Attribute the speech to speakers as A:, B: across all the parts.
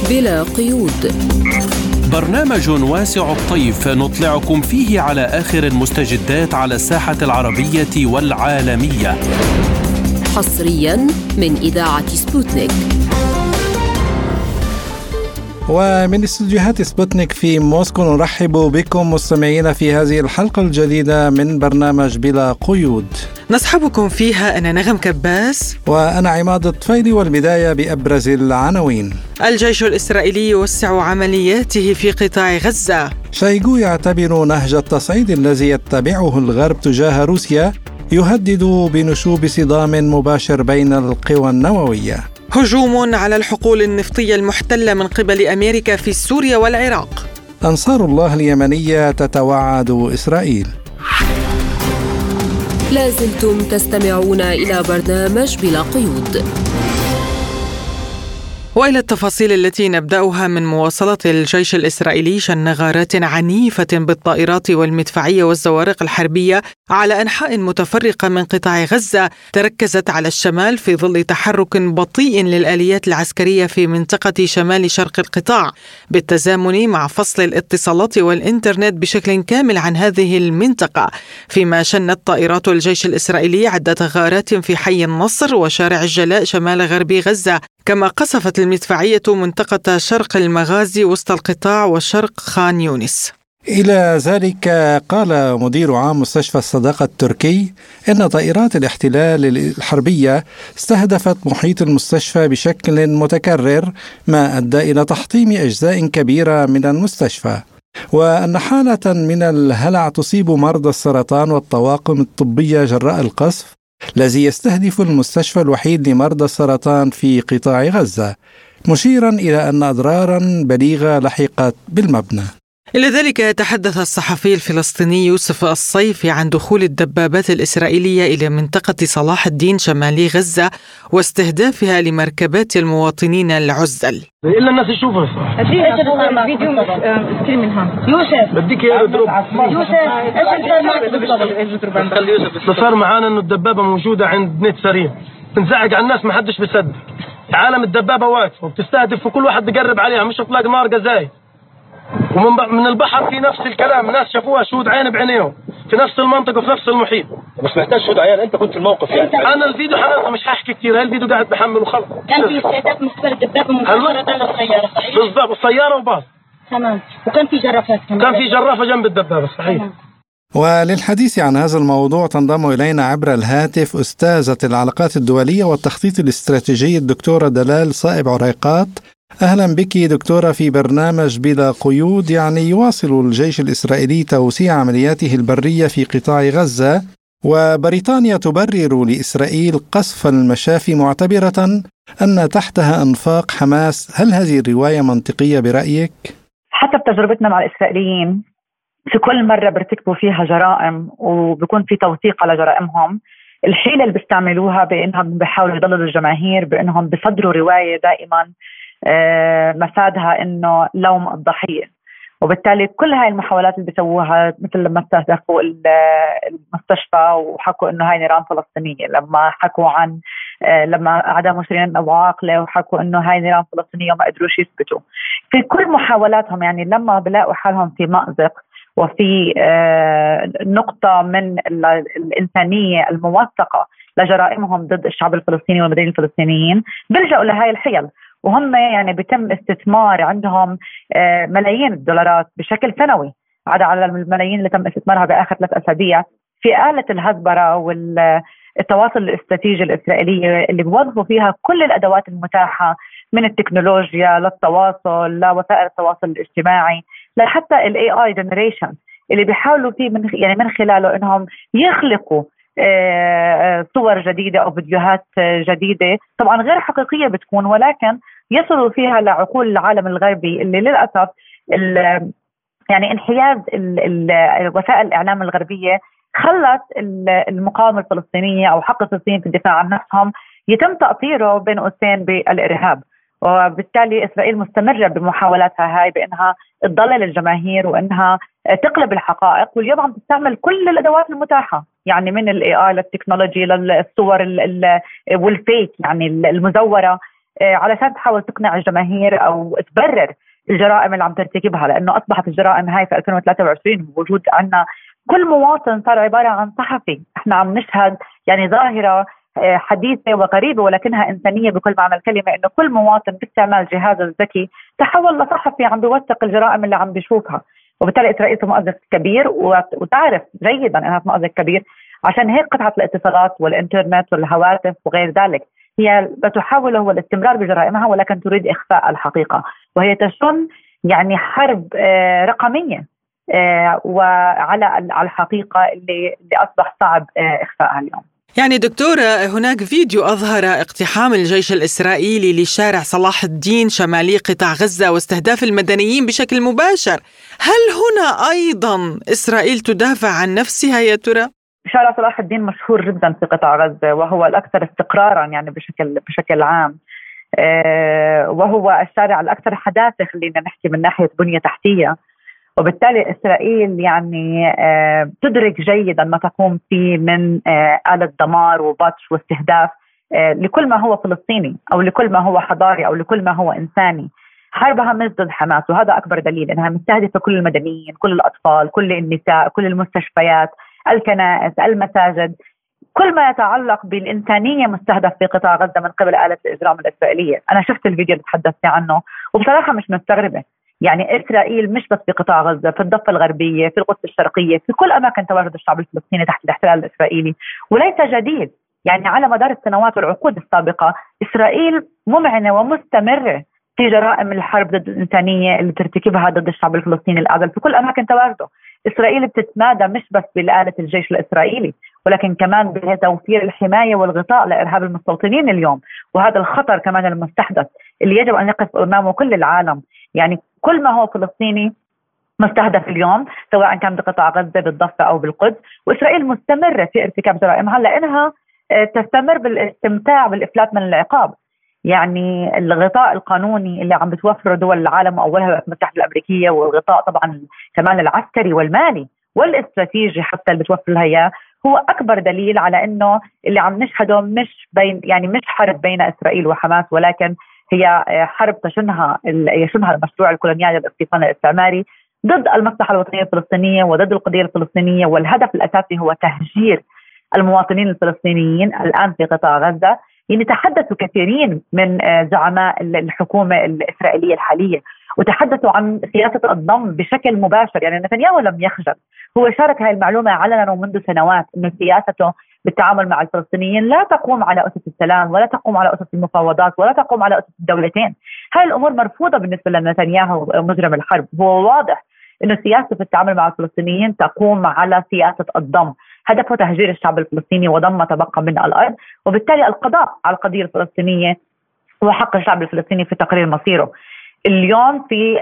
A: بلا قيود،
B: برنامج واسع الطيف نطلعكم فيه على آخر المستجدات على الساحة العربية والعالمية،
A: حصريا من إذاعة سبوتنيك.
C: ومن استديوهات سبوتنيك في موسكو نرحب بكم مستمعين في هذه الحلقة الجديدة من برنامج بلا قيود،
D: نصحبكم فيها أنا نغم كباس
C: وأنا عماد الطفيلي. والبداية بأبرز العناوين.
D: الجيش الإسرائيلي يوسع عملياته في قطاع غزة.
C: شويغو يعتبر نهج التصعيد الذي يتبعه الغرب تجاه روسيا يهدد بنشوب صدام مباشر بين القوى النووية.
D: هجوم على الحقول النفطية المحتلة من قبل أمريكا في سوريا والعراق.
C: أنصار الله اليمنية تتوعد إسرائيل.
A: لازلتم تستمعون إلى برنامج بلا قيود.
D: وإلى التفاصيل التي نبدأها من مواصلة الجيش الإسرائيلي شن غارات عنيفة بالطائرات والمدفعية والزوارق الحربية على أنحاء متفرقة من قطاع غزة، تركزت على الشمال في ظل تحرك بطيء للآليات العسكرية في منطقة شمال شرق القطاع، بالتزامن مع فصل الاتصالات والإنترنت بشكل كامل عن هذه المنطقة. فيما شنت طائرات الجيش الإسرائيلي عدة غارات في حي النصر وشارع الجلاء شمال غرب غزة، كما قصفت المدفعية منطقة شرق المغازي وسط القطاع وشرق خان يونس.
C: إلى ذلك قال مدير عام مستشفى الصداقة التركي إن طائرات الاحتلال الحربية استهدفت محيط المستشفى بشكل متكرر، ما أدى إلى تحطيم أجزاء كبيرة من المستشفى، وأن حالة من الهلع تصيب مرضى السرطان والطواقم الطبية جراء القصف الذي يستهدف المستشفى الوحيد لمرضى السرطان في قطاع غزة، مشيرا إلى أن أضرارا بليغة لحقت بالمبنى.
D: إلى ذلك يتحدث الصحفي الفلسطيني يوسف الصيفي عن دخول الدبابات الإسرائيلية إلى منطقة صلاح الدين شمالي غزة واستهدافها لمركبات المواطنين العزل.
E: إلا الناس يشوفها
F: الفيديو سكرين منها. يوسف
E: بديك يا دروب
F: يوسف
E: اللي صار معانا إنه الدبابة موجودة عند نت سريع، بنزعق على الناس ما حدش بيصدق. عالم الدبابة واقفة وبتستهدف وكل واحد بيقرب عليها، مش اطلاق نار غزاية. ومن البحر في نفس الكلام، ناس شافوها شهود عين بعينيهم في نفس المنطقة وفي نفس المحيط.
G: مش محتاج شهود عيان، انت كنت في الموقف يعني.
E: انا الفيديو حضرتك مش هحكي كثير، هاي الفيديو قاعد بحمل وخلص.
F: كان في استهداف مستقبل الدبابة مباشرة للسيارة، صحيح؟
E: بالضبط، السيارة وباص.
F: تمام، وكان في جرافات كمان.
E: كان في جرافة جنب الدبابة، صحيح.
C: وللحديث عن هذا الموضوع تنضم إلينا عبر الهاتف أستاذة العلاقات الدولية والتخطيط الاستراتيجي الدكتورة دلال صائب عريقات. أهلا بك دكتورة في برنامج بلا قيود. يعني يواصل الجيش الإسرائيلي توسيع عملياته البرية في قطاع غزة، وبريطانيا تبرر لإسرائيل قصف المشافي معتبرة أن تحتها أنفاق حماس. هل هذه الرواية منطقية برأيك؟
H: حسب تجربتنا مع الإسرائيليين في كل مرة بيرتكبوا فيها جرائم وبيكون في توثيق على جرائمهم، الحيلة اللي بيستعملوها بأنهم بيحاولوا يضللوا الجماهير، بأنهم بيصدروا رواية دائما مفادها انه لوم الضحيه. وبالتالي كل هاي المحاولات اللي بيسووها، مثل لما استهدفوا المستشفى وحكوا انه هاي نيران فلسطينيه، لما حكوا عن لما عدموا شيرين ابو عاقله وحكوا انه هاي نيران فلسطينيه وما قدروش يثبتوا. في كل محاولاتهم يعني لما بلاقوا حالهم في مأزق وفي نقطه من الانسانيه الموثقه لجرائمهم ضد الشعب الفلسطيني والمدنيين الفلسطينيين، بيلجأوا لهاي الحيل. وهم يعني بيتم استثمار عندهم ملايين الدولارات بشكل سنوي، عدا على الملايين اللي تم استثمارها بآخر 3 أسابيع في آلة الهزبرة والتواصل الاستراتيجي الإسرائيلية، اللي بيوظفوا فيها كل الأدوات المتاحة من التكنولوجيا للتواصل لوسائل التواصل الاجتماعي لحتى ال AI generation اللي بيحاولوا فيه من خلاله إنهم يخلقوا صور جديدة أو فيديوهات جديدة طبعا غير حقيقية بتكون، ولكن يصلوا فيها لعقول العالم الغربي اللي للأسف يعني انحياز وسائل الإعلام الغربية خلت المقاومة الفلسطينية أو حق الفلسطينيين في الدفاع عن نفسهم يتم تأطيره بين قوسين بالإرهاب. وبالتالي إسرائيل مستمرة بمحاولاتها هاي بأنها تضلل الجماهير وأنها تقلب الحقائق، واليوم عم تستعمل كل الأدوات المتاحة، يعني من ال AI للتكنولوجي للصور والفيك يعني المزورة علشان تحاول تقنع الجماهير أو تبرر الجرائم اللي عم ترتكبها، لأنه أصبحت الجرائم هاي في 2023 بوجود عنا كل مواطن صار عبارة عن صحفي. احنا عم نشهد يعني ظاهرة حديثة وغريبة ولكنها إنسانية بكل معنى الكلمة، إنه كل مواطن باستعمال جهازه الذكي تحول لصحفي عم بيوثق الجرائم اللي عم بيشوفها. وبالتالي إسرائيل مؤزق كبير، وتعرف جيدا أنها مؤزق كبير. عشان هيك قطعت الاتصالات والإنترنت والهواتف وغير ذلك هي بتحاول هو الاستمرار بجرائمها ولكن تريد إخفاء الحقيقة، وهي تشن يعني حرب رقمية وعلى الحقيقة اللي أصبح صعب إخفائها اليوم.
D: يعني دكتورة، هناك فيديو أظهر اقتحام الجيش الإسرائيلي لشارع صلاح الدين شمالي قطاع غزة واستهداف المدنيين بشكل مباشر. هل هنا أيضا إسرائيل تدافع عن نفسها يا ترى؟
H: شارع صلاح الدين مشهور جدا في قطاع غزة وهو الأكثر استقرارا يعني بشكل عام، وهو الشارع الأكثر حداثة خلينا نحكي من ناحية بنية تحتية. وبالتالي إسرائيل يعني تدرك جيدا ما تقوم فيه من آلة دمار وبطش واستهداف لكل ما هو فلسطيني أو لكل ما هو حضاري أو لكل ما هو إنساني. حربها مش ضد حماس، وهذا أكبر دليل أنها مستهدفة كل المدنيين، كل الأطفال، كل النساء، كل المستشفيات، الكنائس، المساجد، كل ما يتعلق بالإنسانية مستهدف في قطاع غزة من قبل آلة الإجرام الإسرائيلية. أنا شفت الفيديو اللي تحدثت عنه وبصراحة مش مستغربة. يعني إسرائيل مش بس في قطاع غزة، في الضفة الغربية، في القدس الشرقية، في كل أماكن تواجد الشعب الفلسطيني تحت الاحتلال الإسرائيلي، وليس جديد. يعني على مدار السنوات والعقود السابقة إسرائيل ممعنة ومستمرة في جرائم الحرب ضد الإنسانية اللي ترتكبها ضد الشعب الفلسطيني الأعزل في كل أماكن تواجده. إسرائيل بتتمادى مش بس بالآلة الجيش الإسرائيلي ولكن كمان بتوفير الحماية والغطاء لإرهاب المستوطنين اليوم، وهذا الخطر كمان المستحدث اللي يجب أن يقف أمامه كل العالم. يعني كل ما هو فلسطيني مستهدف اليوم سواء كان بقطاع غزة بالضفة أو بالقدس، وإسرائيل مستمرة في ارتكاب جرائمها لأنها تستمر بالاستمتاع بالإفلات من العقاب. يعني الغطاء القانوني اللي عم بتوفره دول العالم وأولها الولايات المتحدة الأمريكية، والغطاء طبعا كمان العسكري والمالي والاستراتيجي حتى اللي بتوفر لها إياه، هو أكبر دليل على إنه اللي عم نشهده مش حرب بين إسرائيل وحماس، ولكن هي حرب يشنها المشروع الكولونيالي الاستيطاني الاستعماري ضد المصلحة الوطنية الفلسطينية وضد القضية الفلسطينية. والهدف الأساسي هو تهجير المواطنين الفلسطينيين الآن في قطاع غزة. يعني تحدثوا كثيرين من زعماء الحكومة الإسرائيلية الحالية وتحدثوا عن سياسة الضم بشكل مباشر. يعني نتنياهو لم يخجل، هو شارك هذه المعلومة علنا ومنذ سنوات أن سياسته بالتعامل مع الفلسطينيين لا تقوم على أسس السلام ولا تقوم على أسس المفاوضات ولا تقوم على أسس الدولتين. هاي الأمور مرفوضة بالنسبة لنتنياهو مجرم الحرب. هو واضح أنه سياسته في التعامل مع الفلسطينيين تقوم على سياسة الضم، هدفه تهجير الشعب الفلسطيني وضم ما تبقى من الأرض، وبالتالي القضاء على القضية الفلسطينية وحق الشعب الفلسطيني في تقرير مصيره. اليوم في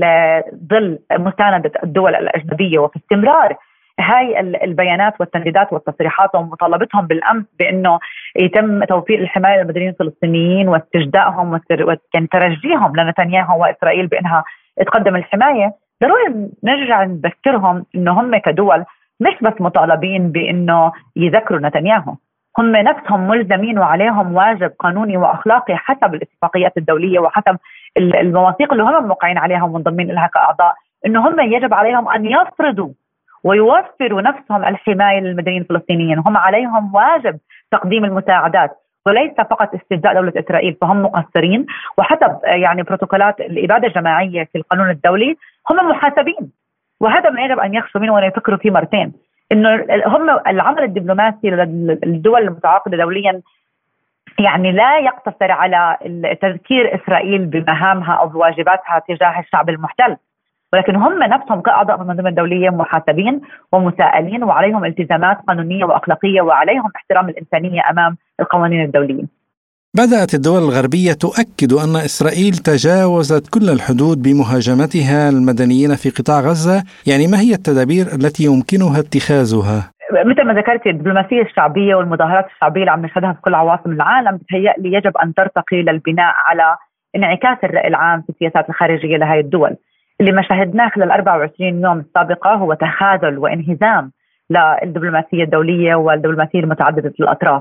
H: ظل مساندة الدول الأجنبية وفي استمرار هاي البيانات والتنديدات والتصريحات ومطالبتهم بالأمس بأنه يتم توفير الحماية للمدنيين الفلسطينيين واستجدائهم وترجيهم لنتنياهو وإسرائيل بأنها تقدم الحماية، ضروري نرجع نذكرهم أنه هم كدول مش بس مطالبين بأنه يذكروا نتنياهو، هم نفسهم ملزمين وعليهم واجب قانوني وأخلاقي حسب الاتفاقيات الدولية وحسب المواثيق اللي هم موقعين عليها ومنضمين لها كأعضاء، أنه هم يجب عليهم أن يفرضوا ويوفروا نفسهم الحماية للمدنيين الفلسطينيين. هم عليهم واجب تقديم المساعدات وليس فقط استجداء دولة إسرائيل، فهم مقصرين. وحسب يعني بروتوكولات الإبادة الجماعية في القانون الدولي هم محاسبين، وهذا ما يجب أن يخشوا منه ويفكروا فيه مرتين. إنه هم العمل الدبلوماسي للدول المتعاقدة دوليا يعني لا يقتصر على تذكير إسرائيل بمهامها أو بواجباتها تجاه الشعب المحتل، ولكن هم نفسهم كأعضاء من المنظمة الدولية محاسبين ومسائلين وعليهم التزامات قانونية وأخلاقية وعليهم احترام الإنسانية أمام القوانين الدولية.
C: بدأت الدول الغربية تؤكد أن إسرائيل تجاوزت كل الحدود بمهاجمتها المدنيين في قطاع غزة. يعني ما هي التدابير التي يمكنها اتخاذها؟
H: مثل ما ذكرت الدبلوماسية الشعبية والمظاهرات الشعبية اللي عم نشهدها في كل عواصم العالم بتهيألي يجب أن ترتقي للبناء على انعكاس الرأي العام في السياسات الخارجية لهذه الدول. اللي ما شاهدناه خلال 24 يوم السابقة هو تخاذل وانهزام للدبلوماسية الدولية والدبلوماسية المتعددة الأطراف.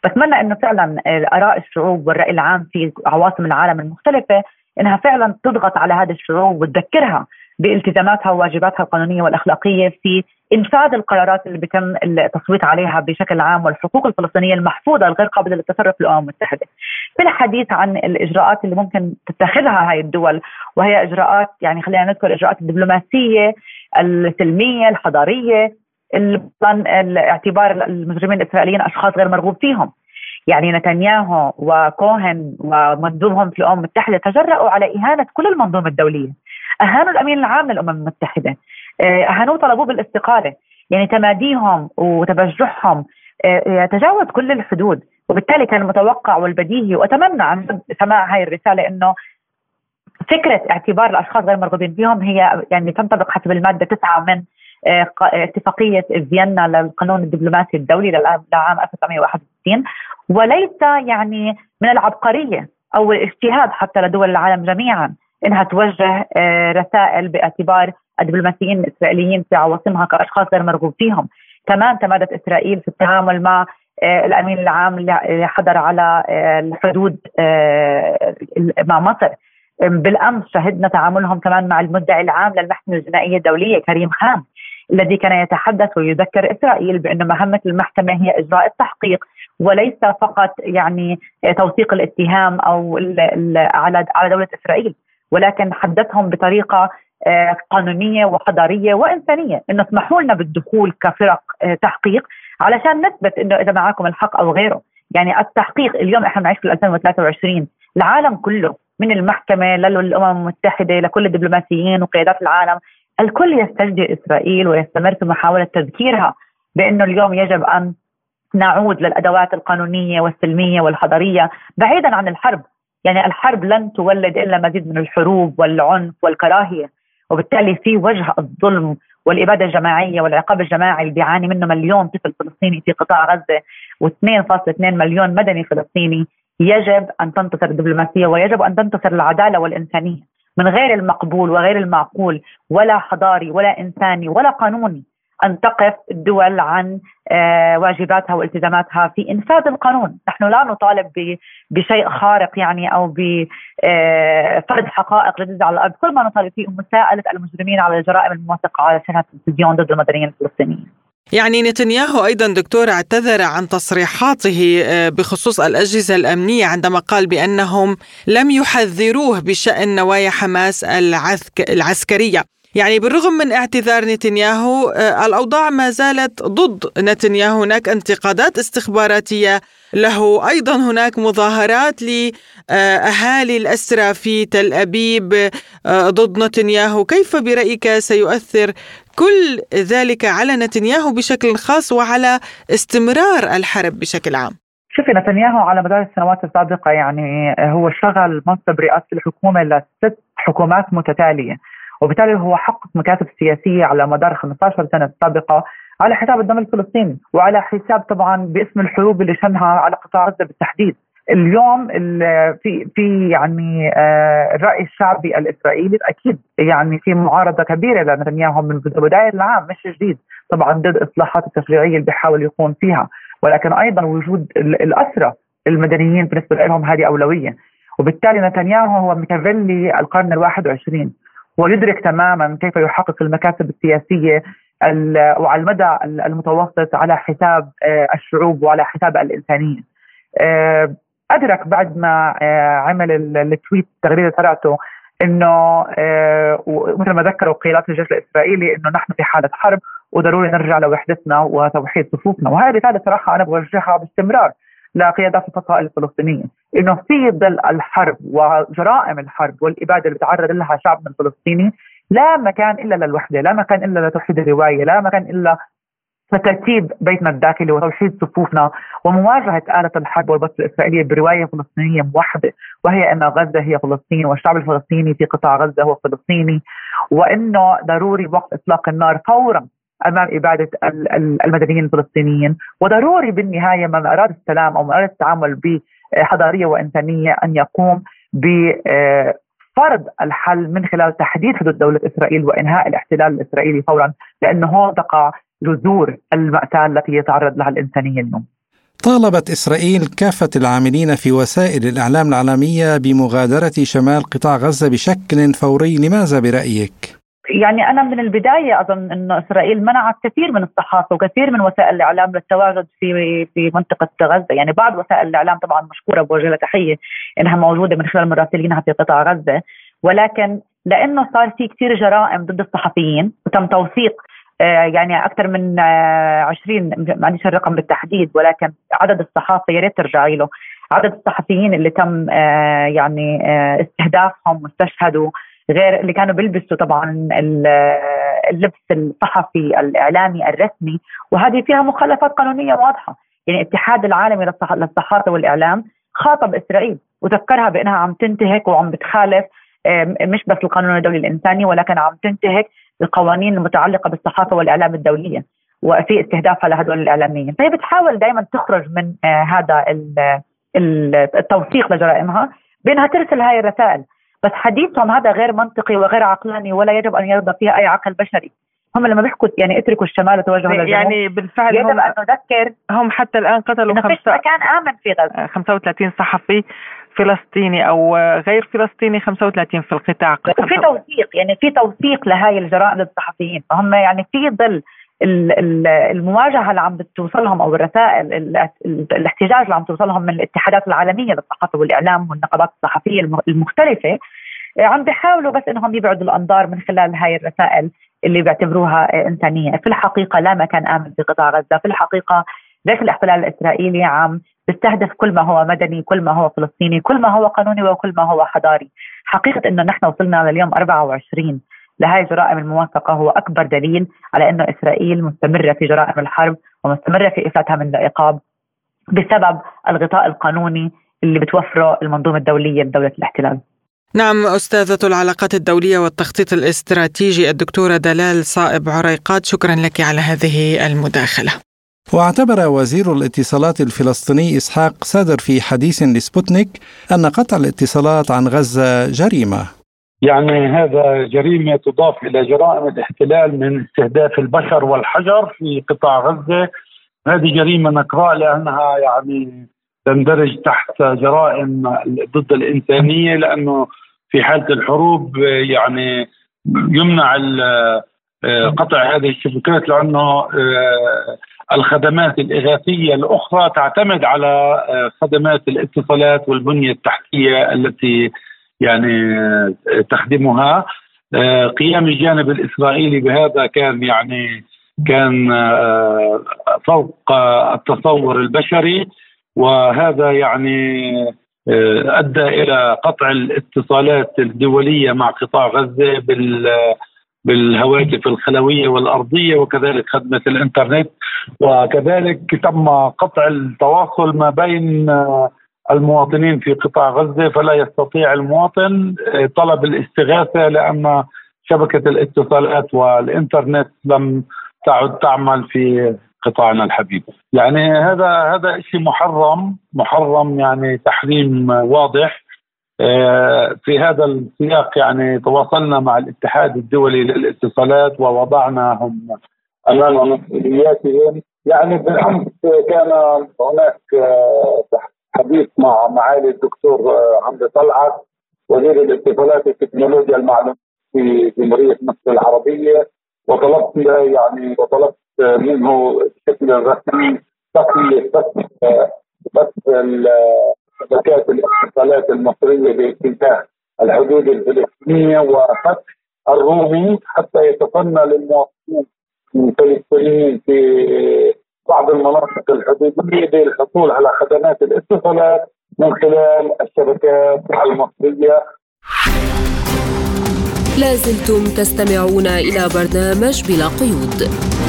H: بتمنى انه فعلا اراء الشعوب والراي العام في عواصم العالم المختلفه انها فعلا تضغط على هذه الشعوب وتذكرها بالتزاماتها وواجباتها القانونيه والاخلاقيه في انفاذ القرارات اللي بيتم التصويت عليها بشكل عام، والحقوق الفلسطينيه المحفوظه الغير قابله للتصرف في الامم المتحده. في الحديث عن الاجراءات اللي ممكن تتخذها هاي الدول، وهي اجراءات يعني خلينا نذكر الاجراءات الدبلوماسيه السلميه الحضاريه، اعتبار المجرمين الاسرائيليين اشخاص غير مرغوب فيهم. يعني نتنياهو وكوهن ومندوبهم في الامم المتحده تجرؤوا على اهانه كل المنظومه الدوليه، اهانوا الامين العام للامم المتحده، اهانوه طلبوه بالاستقاله. يعني تماديهم وتبجحهم تجاوز كل الحدود، وبالتالي كان المتوقع والبديهي، واتمنى عن سماع هاي الرساله انه فكره اعتبار الاشخاص غير مرغوبين فيهم هي يعني تنطبق حسب الماده 9 من اتفاقيه فيينا للقانون الدبلوماسي الدولي لعام 1961، وليس يعني من العبقريه او الاجتهاد حتى لدول العالم جميعا انها توجه رسائل باعتبار الدبلوماسيين الاسرائيليين في عواصمها كاشخاص غير مرغوب فيهم. كمان تمادت اسرائيل في التعامل مع الامين العام اللي حضر على الحدود مع مصر. بالامس شهدنا تعاملهم كمان مع المدعي العام للمحكمه الجنائيه الدوليه كريم خان، الذي كان يتحدث ويذكر اسرائيل بأن مهمه المحكمه هي اجراء التحقيق وليس فقط يعني توثيق الاتهام او على دوله اسرائيل، ولكن حدثهم بطريقه قانونيه وحضاريه وانسانيه انه اسمحوا لنا بالدخول كفرق تحقيق علشان نثبت انه اذا معاكم الحق او غيره. يعني التحقيق اليوم احنا بنعيش في 2023، العالم كله من المحكمه للامم المتحده لكل الدبلوماسيين وقيادات العالم، الكل يستجدي اسرائيل ويستمر في محاوله تذكيرها بانه اليوم يجب ان نعود للادوات القانونيه والسلميه والحضاريه بعيدا عن الحرب. يعني الحرب لن تولد الا مزيد من الحروب والعنف والكراهيه، وبالتالي في وجه الظلم والاباده الجماعيه والعقاب الجماعي اللي بيعاني منه مليون طفل فلسطيني في قطاع غزه و2.2 مليون مدني فلسطيني، يجب ان تنتصر الدبلوماسيه ويجب ان تنتصر العداله والانسانيه. من غير المقبول وغير المعقول ولا حضاري ولا انساني ولا قانوني أن تقف الدول عن واجباتها والتزاماتها في إنفاذ القانون. نحن لا نطالب بشيء خارق يعني أو بفرض حقائق جديدة على الأرض، كل ما نطالب فيه مساءلة المجرمين على الجرائم الموثقة على شاشات التلفزيون ضد المدنيين الفلسطينيين.
D: يعني نتنياهو أيضا دكتور اعتذر عن تصريحاته بخصوص الأجهزة الأمنية عندما قال بأنهم لم يحذروه بشأن نوايا حماس العسكرية. يعني بالرغم من اعتذار نتنياهو الأوضاع ما زالت ضد نتنياهو، هناك انتقادات استخباراتية له، أيضا هناك مظاهرات لأهالي الأسرى في تل أبيب ضد نتنياهو. كيف برأيك سيؤثر كل ذلك على نتنياهو بشكل خاص وعلى استمرار الحرب بشكل عام؟
H: شوفي، نتنياهو على مدار السنوات السابقة يعني هو شغل منصب رئاسة الحكومة ل6 حكومات متتالية، وبالتالي هو حقق مكاسب سياسية على مدار 15 سنة السابقة على حساب الدم الفلسطيني وعلى حساب طبعا باسم الحروب اللي شنها على قطاع غزة بالتحديد. اليوم في يعني الرأي الشعبي الإسرائيلي أكيد يعني في معارضة كبيرة لنتنياهو من بداية العام، مش جديد طبعا، ضد الإصلاحات التشريعية اللي بيحاول يقوم فيها، ولكن أيضا وجود الأسرى المدنيين بالنسبة لهم هذه أولوية. وبالتالي نتنياهو هو متولي القرن 21 ويدرك تماما كيف يحقق المكاسب السياسية وعلى المدى المتوسط على حساب الشعوب وعلى حساب الإنسانية. أدرك بعد ما عمل التويت تغريدة ترعته إنه مثل ما ذكروا قيادات الجيش الإسرائيلي إنه نحن في حالة حرب وضروري نرجع لوحدتنا وتوحيد صفوفنا. وهذه رسالة صراحة أنا بوجهها باستمرار لقيادات الفصائل الفلسطينية، إنه في ظل الحرب وجرائم الحرب والإبادة اللي تعرض لها شعبنا الفلسطيني لا مكان إلا للوحدة، لا مكان إلا لتوحيد الرواية، لا مكان إلا لترتيب بيتنا الداخلي وتوحيد صفوفنا ومواجهة آلة الحرب والبطش الإسرائيلية برواية فلسطينية موحدة، وهي أن غزة هي فلسطين والشعب الفلسطيني في قطاع غزة هو فلسطيني، وإنه ضروري وقف إطلاق النار فورا أمام إبادة المدنيين الفلسطينيين، وضروري بالنهاية من أراد السلام أو من أراد التعامل بحضارية وإنسانية أن يقوم بفرض الحل من خلال تحديد حدود دولة إسرائيل وإنهاء الاحتلال الإسرائيلي فورا، لأنه هون تقع جذور المأساة التي يتعرض لها الإنسانية اليوم.
C: طالبت إسرائيل كافة العاملين في وسائل الإعلام العالمية بمغادرة شمال قطاع غزة بشكل فوري. لماذا برأيك؟
H: يعني أنا من البداية أظن أن إسرائيل منعت كثير من الصحافة وكثير من وسائل الإعلام للتواجد في منطقة غزة. يعني بعض وسائل الإعلام طبعا مشكورة بوجه لها تحية إنها موجودة من خلال مراسلينها في قطاع غزة، ولكن لأنه صار في كثير جرائم ضد الصحفيين وتم توثيق يعني أكثر من 20، ما عنديش الرقم بالتحديد، ولكن عدد الصحافة يا ريت ترجعي له، عدد الصحفيين اللي تم يعني استهدافهم واستشهدوا، غير اللي كانوا بيلبسوا طبعا اللبس الصحفي الإعلامي الرسمي، وهذه فيها مخالفات قانونية واضحة. يعني الاتحاد العالمي للصحافة والإعلام خاطب إسرائيل وذكرها بأنها عم تنتهك وعم بتخالف مش بس القانون الدولي الإنساني، ولكن عم تنتهك القوانين المتعلقة بالصحافة والإعلام الدولية وفي استهدافها لهدول الإعلاميين. فهي بتحاول دائما تخرج من هذا التوثيق لجرائمها بأنها ترسل هاي الرسائل، بس حديثهم هذا غير منطقي وغير عقلاني ولا يجب أن يرضى فيها أي عقل بشري. هم لما بيحكوا يعني اتركوا الشمال وتوجهوا للجنوب،
I: يعني بالفعل
H: يجب أن نذكر
I: هم حتى الآن قتلوا
H: مكان آمن في غزة
I: 35 صحفي فلسطيني أو غير فلسطيني، 35 في القطاع.
H: وفي توثيق، يعني في توثيق لهاي الجرائم ضد الصحفيين. فهم يعني في ظل المواجهة اللي عم بتوصلهم أو الرسائل الاحتجاج اللي عم توصلهم من الاتحادات العالمية للصحافة والإعلام والنقابات الصحفية المختلفة، عم بيحاولوا بس إنهم يبعدوا الأنظار من خلال هاي الرسائل اللي بيعتبروها إنسانية. في الحقيقة لا مكان آمن في قطاع غزة. في الحقيقة جيش الاحتلال الإسرائيلي عم بيستهدف كل ما هو مدني، كل ما هو فلسطيني، كل ما هو قانوني، وكل ما هو حضاري. حقيقة إنه نحن وصلنا لليوم 24 لهذه الجرائم الموثقة هو أكبر دليل على أنه إسرائيل مستمرة في جرائم الحرب ومستمرة في إفلاتها من العقاب بسبب الغطاء القانوني اللي بتوفره المنظومة الدولية لدولة الاحتلال.
D: نعم، أستاذة العلاقات الدولية والتخطيط الاستراتيجي الدكتورة دلال صائب عريقات، شكرا لك على هذه المداخلة.
C: واعتبر وزير الاتصالات الفلسطيني إسحاق صدر في حديث لسبوتنيك أن قطع الاتصالات عن غزة جريمة.
J: يعني هذا جريمة تضاف إلى جرائم الاحتلال من استهداف البشر والحجر في قطاع غزة. هذه جريمة نكراء لأنها يعني تندرج تحت جرائم ضد الإنسانية، لأنه في حالة الحروب يعني يمنع قطع هذه الشبكات، لأنه الخدمات الإغاثية الأخرى تعتمد على خدمات الاتصالات والبنية التحتية التي يعني تخدمها. قيام الجانب الإسرائيلي بهذا كان فوق التصور البشري، وهذا يعني أدى إلى قطع الاتصالات الدولية مع قطاع غزة بالهواتف الخلوية والأرضية، وكذلك خدمة الإنترنت، وكذلك تم قطع التواصل ما بين المواطنين في قطاع غزة، فلا يستطيع المواطن طلب الاستغاثة لأن شبكة الاتصالات والإنترنت لم تعد تعمل في قطاعنا الحبيب. يعني هذا شيء محرم يعني تحريم واضح. في هذا السياق يعني تواصلنا مع الاتحاد الدولي للاتصالات ووضعناهم أمام مسؤولياتهم. يعني بالأمس كان هناك حديث مع معالي الدكتور عمرو طلعت وزير الاتصالات والتكنولوجيا المعلومات في جمهورية مصر العربية، وطلبت منه بشكل رسمي تقوية بس شبكات الاتصالات المصرية باتجاه الحدود الفلسطينية وفتح الرومي حتى يتفنى للمواطنين الفلسطينيين في بعض المناطق الحدودية للحصول على خدمات الاتصالات من خلال الشبكات المصرية.
A: لازلتم تستمعون إلى برنامج بلا قيود.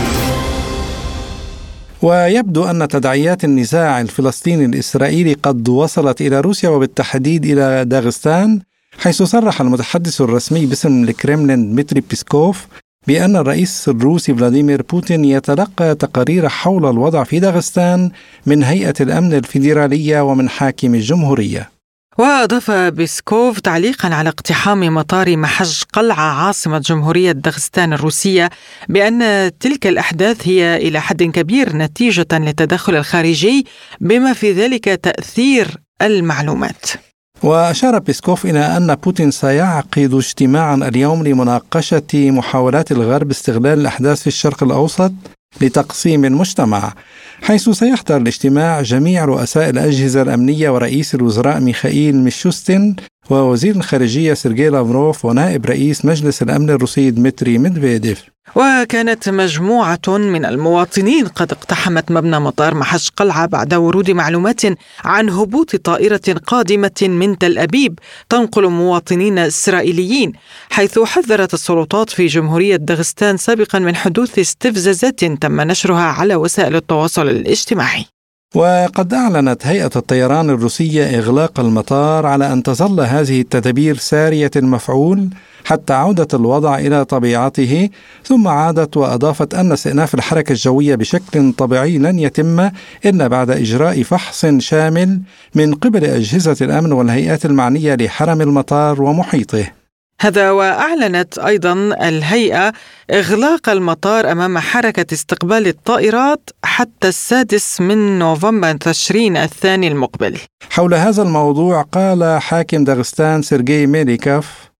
C: ويبدو أن تداعيات النزاع الفلسطيني الإسرائيلي قد وصلت إلى روسيا وبالتحديد إلى داغستان، حيث صرح المتحدث الرسمي باسم الكرملين دمتري بيسكوف بأن الرئيس الروسي فلاديمير بوتين يتلقى تقارير حول الوضع في داغستان من هيئة الأمن الفيدرالية ومن حاكم الجمهورية.
D: وأضاف بيسكوف تعليقا على اقتحام مطار محج قلعة عاصمة جمهورية دغستان الروسية بأن تلك الأحداث هي إلى حد كبير نتيجة للتدخل الخارجي بما في ذلك تأثير المعلومات.
C: وأشار بيسكوف إلى أن بوتين سيعقد اجتماعا اليوم لمناقشة محاولات الغرب استغلال الأحداث في الشرق الأوسط لتقسيم المجتمع، حيث سيحضر الاجتماع جميع رؤساء الأجهزة الأمنية ورئيس الوزراء ميخائيل ميشوستين ووزير الخارجية سيرجي لافروف ونائب رئيس مجلس الأمن الروسي دمتري ميدفيديف.
D: وكانت مجموعة من المواطنين قد اقتحمت مبنى مطار محج قلعة بعد ورود معلومات عن هبوط طائرة قادمة من تل أبيب تنقل مواطنين إسرائيليين، حيث حذرت السلطات في جمهورية دغستان سابقا من حدوث استفزازات تم نشرها على وسائل التواصل الاجتماعي.
C: وقد أعلنت هيئة الطيران الروسية إغلاق المطار على أن تظل هذه التدابير سارية المفعول حتى عودة الوضع إلى طبيعته، ثم عادت وأضافت أن استئناف الحركة الجوية بشكل طبيعي لن يتم إلا بعد إجراء فحص شامل من قبل أجهزة الأمن والهيئات المعنية لحرم المطار ومحيطه.
D: هذا وأعلنت أيضا الهيئة إغلاق المطار أمام حركة استقبال الطائرات حتى 6 نوفمبر تشرين الثاني المقبل.
C: حول هذا الموضوع قال حاكم دغستان سيرجي ميليكوف: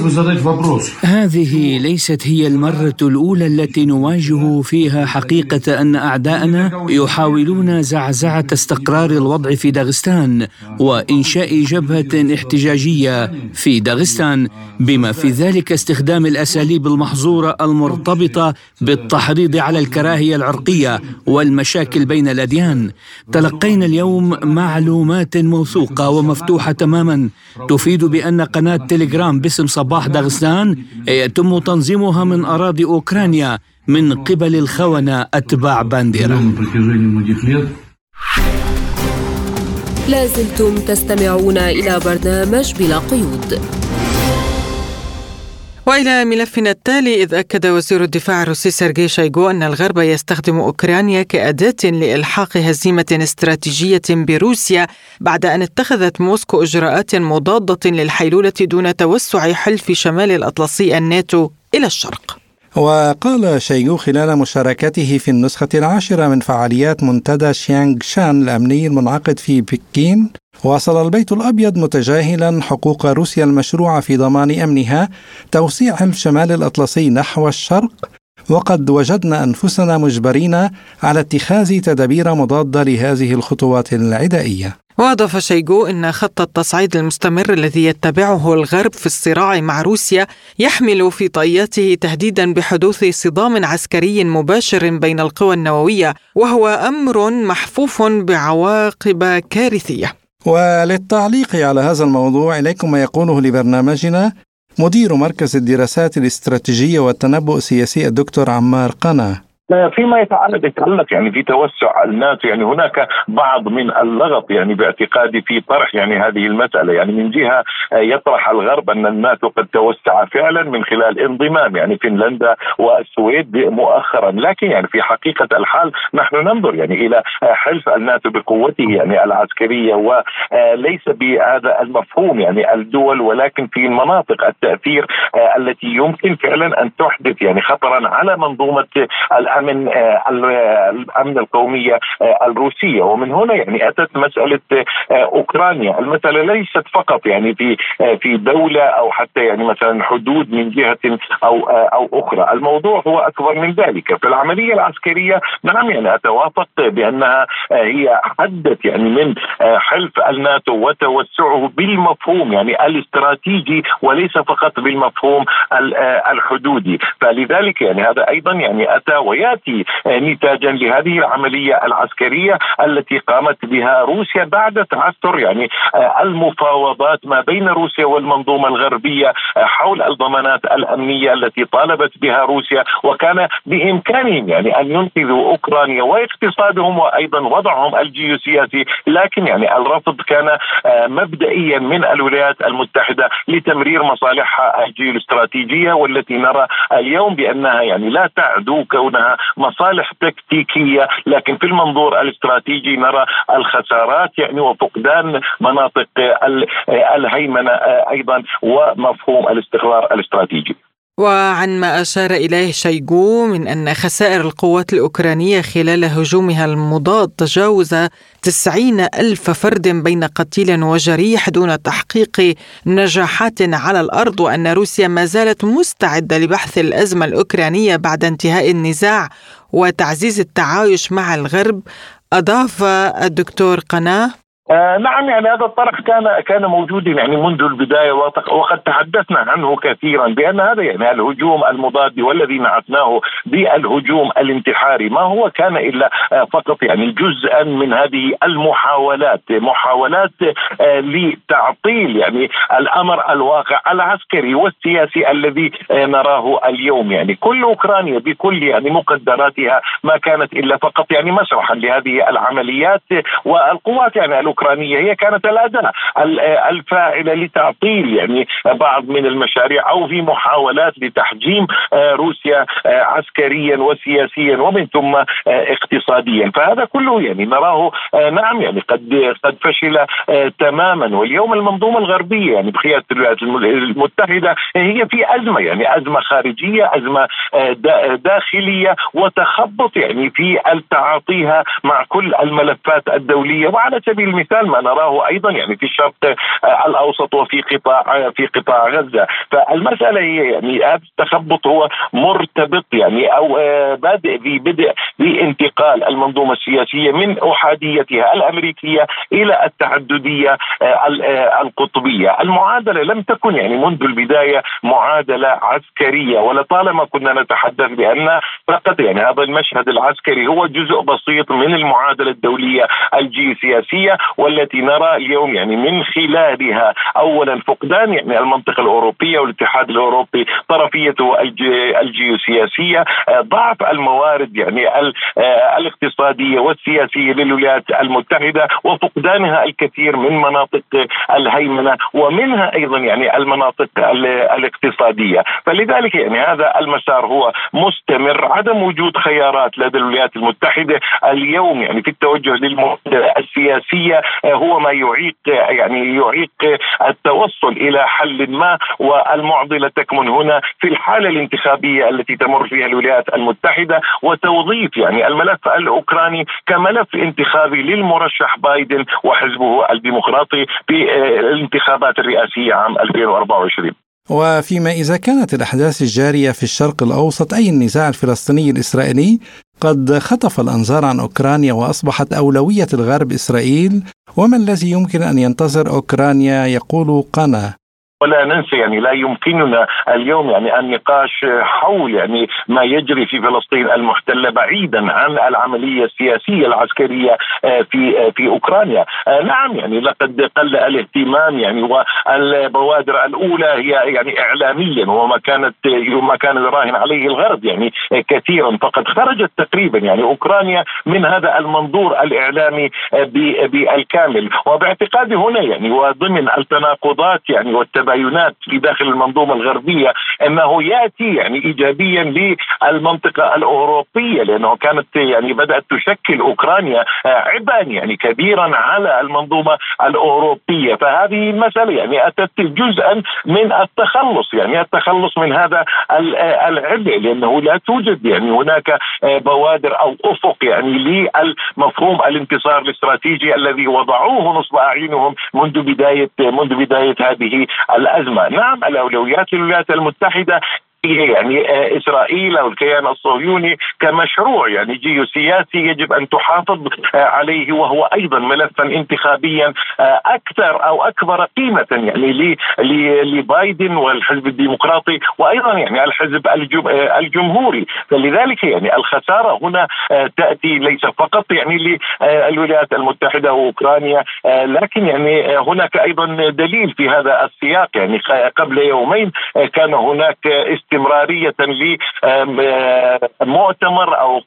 K: هذه ليست هي المرة الأولى التي نواجه فيها حقيقة أن أعداءنا يحاولون زعزعة استقرار الوضع في دغستان وإنشاء جبهة احتجاجية في دغستان، بما في ذلك استخدام الأساليب المحظورة المرتبطة بالتحريض على الكراهية العرقية والمشاكل بين الأديان. تلقينا اليوم معلومات موثوقة ومفتوحة تماما تفيد بأن قناة تيليجرام باسم صباح دغستان يتم تنظيمها من أراضي أوكرانيا من قبل الخونة أتباع بانديرا.
A: لازلتم تستمعون إلى برنامج بلا قيود.
D: وإلى ملفنا التالي، إذ أكد وزير الدفاع الروسي سيرجي شويغو أن الغرب يستخدم أوكرانيا كأداة لإلحاق هزيمة استراتيجية بروسيا بعد أن اتخذت موسكو إجراءات مضادة للحيلولة دون توسع حلف شمال الأطلسي الناتو إلى الشرق.
C: وقال شويغو خلال مشاركته في النسخة 10 من فعاليات منتدى شيانغ شان الأمني المنعقد في بكين: واصل البيت الأبيض متجاهلا حقوق روسيا المشروعة في ضمان أمنها توسيع حلف شمال الأطلسي نحو الشرق، وقد وجدنا أنفسنا مجبرين على اتخاذ تدابير مضادة لهذه الخطوات العدائية.
D: وأضاف شويغو أن خط التصعيد المستمر الذي يتبعه الغرب في الصراع مع روسيا يحمل في طياته تهديدا بحدوث صدام عسكري مباشر بين القوى النووية، وهو أمر محفوف بعواقب كارثية.
C: وللتعليق على هذا الموضوع إليكم ما يقوله لبرنامجنا مدير مركز الدراسات الاستراتيجية والتنبؤ السياسي الدكتور عمار قنا.
L: فيما يتعلق يعني في توسع الناتو، يعني هناك بعض من اللغط يعني باعتقادي في طرح يعني هذه المسألة. يعني من جهة يطرح الغرب أن الناتو قد توسع فعلا من خلال انضمام يعني فنلندا والسويد مؤخرا، لكن يعني في حقيقة الحال نحن ننظر يعني إلى حلف الناتو بقوته يعني العسكرية، وليس بهذا المفهوم يعني الدول، ولكن في مناطق التأثير التي يمكن فعلا أن تحدث يعني خطرا على منظومة الأمن القومية الروسية. ومن هنا يعني أتت مسألة أوكرانيا. المسألة ليست فقط يعني في دولة أو حتى يعني مثلا حدود من جهة أو أخرى، الموضوع هو أكبر من ذلك. في العملية العسكرية نعم يعني أتوافق بأنها هي حدت يعني من حلف الناتو وتوسعه بالمفهوم يعني الاستراتيجي وليس فقط بالمفهوم الحدودي، فلذلك يعني هذا أيضا يعني أتى ويأتي نتاجا لهذه العملية العسكرية التي قامت بها روسيا بعد تعثر يعني المفاوضات ما بين روسيا والمنظومة الغربية حول الضمانات الأمنية التي طالبت بها روسيا، وكان بإمكانهم يعني أن ينقذوا أوكرانيا واقتصادهم وأيضا وضعهم الجيوسياسي، لكن يعني الرفض كان مبدئيا من الولايات المتحدة لتمرير مصالحها الجيوستراتيجية، والتي نرى اليوم بأنها يعني لا تعدو كونها مصالح تكتيكية، لكن في المنظور الاستراتيجي نرى الخسارات يعني وفقدان مناطق الهيمنة أيضا ومفهوم الاستقرار الاستراتيجي.
D: وعن ما أشار إليه شويغو من أن خسائر القوات الأوكرانية خلال هجومها المضاد تجاوز 90,000 فرد بين قتيل وجريح دون تحقيق نجاحات على الأرض، وأن روسيا ما زالت مستعدة لبحث الأزمة الأوكرانية بعد انتهاء النزاع وتعزيز التعايش مع الغرب. أضاف الدكتور قناه:
L: نعم، يعني هذا الطرح كان موجودا يعني منذ البداية، وقد تحدثنا عنه كثيرا بأن هذا يعني الهجوم المضاد والذي نعتناه بالهجوم الانتحاري ما هو كان إلا فقط يعني جزءا من هذه محاولات لتعطيل يعني الأمر الواقع العسكري والسياسي الذي نراه اليوم. يعني كل أوكرانيا بكل يعني مقدراتها ما كانت إلا فقط يعني مسرحا لهذه العمليات، والقوات يعني الأوكرانية هي كانت الأداة الفاعلة لتعطيل يعني بعض من المشاريع أو في محاولات لتحجيم روسيا عسكريا وسياسيا ومن ثم اقتصاديا. فهذا كله يعني نراه نعم يعني قد فشل تماما. واليوم المنظومة الغربية يعني بقيادة الولايات المتحدة هي في أزمة، يعني أزمة خارجية، أزمة داخلية، وتخبط يعني في تعاطيها مع كل الملفات الدولية. وعلى سبيل المثال ما نراه أيضا يعني في الشرق الأوسط وفي قطاع غزة. فالمسألة هي يعني هذا التخبط هو مرتبط يعني أو بادئ بانتقال المنظومة السياسية من أحاديتها الأمريكية إلى التعددية القطبية. المعادلة لم تكن يعني منذ البداية معادلة عسكرية، ولطالما كنا نتحدث بأن فقط يعني هذا المشهد العسكري هو جزء بسيط من المعادلة الدولية الجيوسياسية، والتي نرى اليوم يعني من خلالها أولا فقدان يعني المنطقة الأوروبية والاتحاد الأوروبي طرفيته الجيوسياسية، ضعف الموارد يعني الاقتصادية والسياسية للولايات المتحدة، وفقدانها الكثير من مناطق الهيمنة ومنها أيضا يعني المناطق الاقتصادية. فلذلك يعني هذا المسار هو مستمر. عدم وجود خيارات لدى الولايات المتحدة اليوم يعني في التوجه للمعادلة السياسية هو ما يعيق التوصل إلى حل ما، والمعضلة تكمن هنا في الحالة الانتخابية التي تمر فيها الولايات المتحدة، وتوظيف يعني الملف الأوكراني كملف انتخابي للمرشح بايدن وحزبه الديمقراطي في الانتخابات الرئاسية عام 2024.
C: وفيما إذا كانت الأحداث الجارية في الشرق الأوسط أي النزاع الفلسطيني الإسرائيلي قد خطف الأنظار عن أوكرانيا وأصبحت أولوية الغرب إسرائيل، وما الذي يمكن أن ينتظر أوكرانيا؟ يقول قناه:
L: ولا ننسى يعني لا يمكننا اليوم يعني النقاش حول يعني ما يجري في فلسطين المحتلة بعيدا عن العملية السياسية العسكرية في أوكرانيا. نعم يعني لقد قل الاهتمام يعني، والبوادر الأولى هي يعني إعلاميا وما كان الراهن عليه الغرب يعني كثيرا، فقد خرجت تقريبا يعني أوكرانيا من هذا المنظور الإعلامي بالكامل. وباعتقادي هنا يعني وضمن التناقضات يعني والتباينات في داخل المنظومة الغربية أنه يأتي يعني إيجابيا للمنطقة الأوروبية، لأنه كانت يعني بدأت تشكل أوكرانيا عبئا يعني كبيرا على المنظومة الأوروبية. فهذه المسألة يعني أتت جزءا من التخلص من هذا العبء، لأنه لا توجد يعني هناك بوادر أو أفق يعني للمفهوم الانتصار الاستراتيجي الذي وضعوه نصب أعينهم منذ بداية هذه الأزمة. نعم الأولويات للولايات المتحدة يعني إسرائيل أو الكيان الصهيوني كمشروع يعني جيوسياسي يجب أن تحافظ عليه، وهو أيضا ملفا انتخابيا أكثر أو أكبر قيمة يعني لبايدن والحزب الديمقراطي وأيضا يعني الحزب الجمهوري. فلذلك يعني الخسارة هنا تأتي ليس فقط يعني للولايات المتحدة وأوكرانيا، لكن يعني هناك أيضا دليل في هذا السياق. يعني قبل يومين كان هناك استمرارية لمؤتمر أو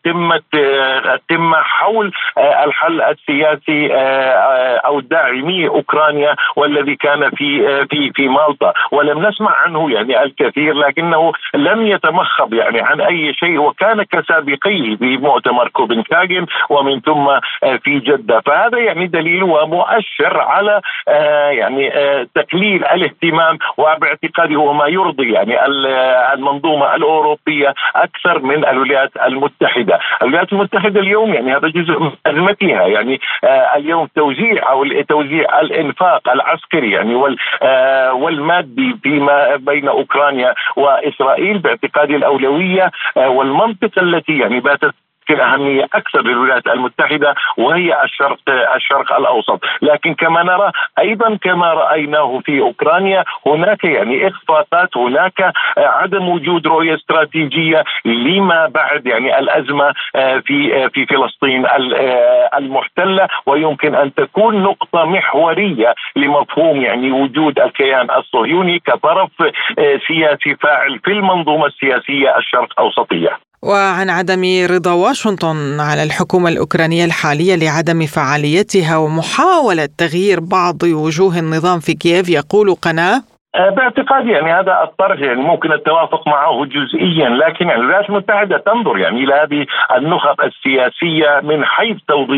L: قمة حول الحل السياسي أو الداعمي أوكرانيا، والذي كان في مالطا، ولم نسمع عنه يعني الكثير، لكنه لم يتمخض يعني عن أي شيء، وكان كسابقيه بمؤتمر كوبنهاجن ومن ثم في جدة. فهذا يعني دليل ومؤشر على يعني تقليل الاهتمام، وباعتقادي هو ما يرضي يعني المنظومة الأوروبية أكثر من الولايات المتحدة. الولايات المتحدة اليوم يعني هذا جزء من أزمتها، يعني اليوم توزيع الإنفاق العسكري يعني والمادي فيما بين أوكرانيا وإسرائيل باعتقادي الأولوية والمنطقة التي يعني باتت أهمية أكثر للولايات المتحدة، وهي الشرق الأوسط. لكن كما نرى أيضا كما رأيناه في أوكرانيا هناك يعني إخفاقات، هناك عدم وجود رؤية استراتيجية لما بعد يعني الأزمة في فلسطين المحتلة، ويمكن أن تكون نقطة محورية لمفهوم يعني وجود الكيان الصهيوني كطرف سياسي فاعل في المنظومة السياسية الشرق أوسطية.
D: وعن عدم رضا واشنطن على الحكومة الأوكرانية الحالية لعدم فعاليتها ومحاولة تغيير بعض وجوه النظام في كييف، يقول قناة
L: باعتقادي يعني هذا الطرح يعني ممكن التوافق معه جزئيا، لكن يعني الولايات المتحدة تنظر يعني إلى هذه النخب السياسية من حيث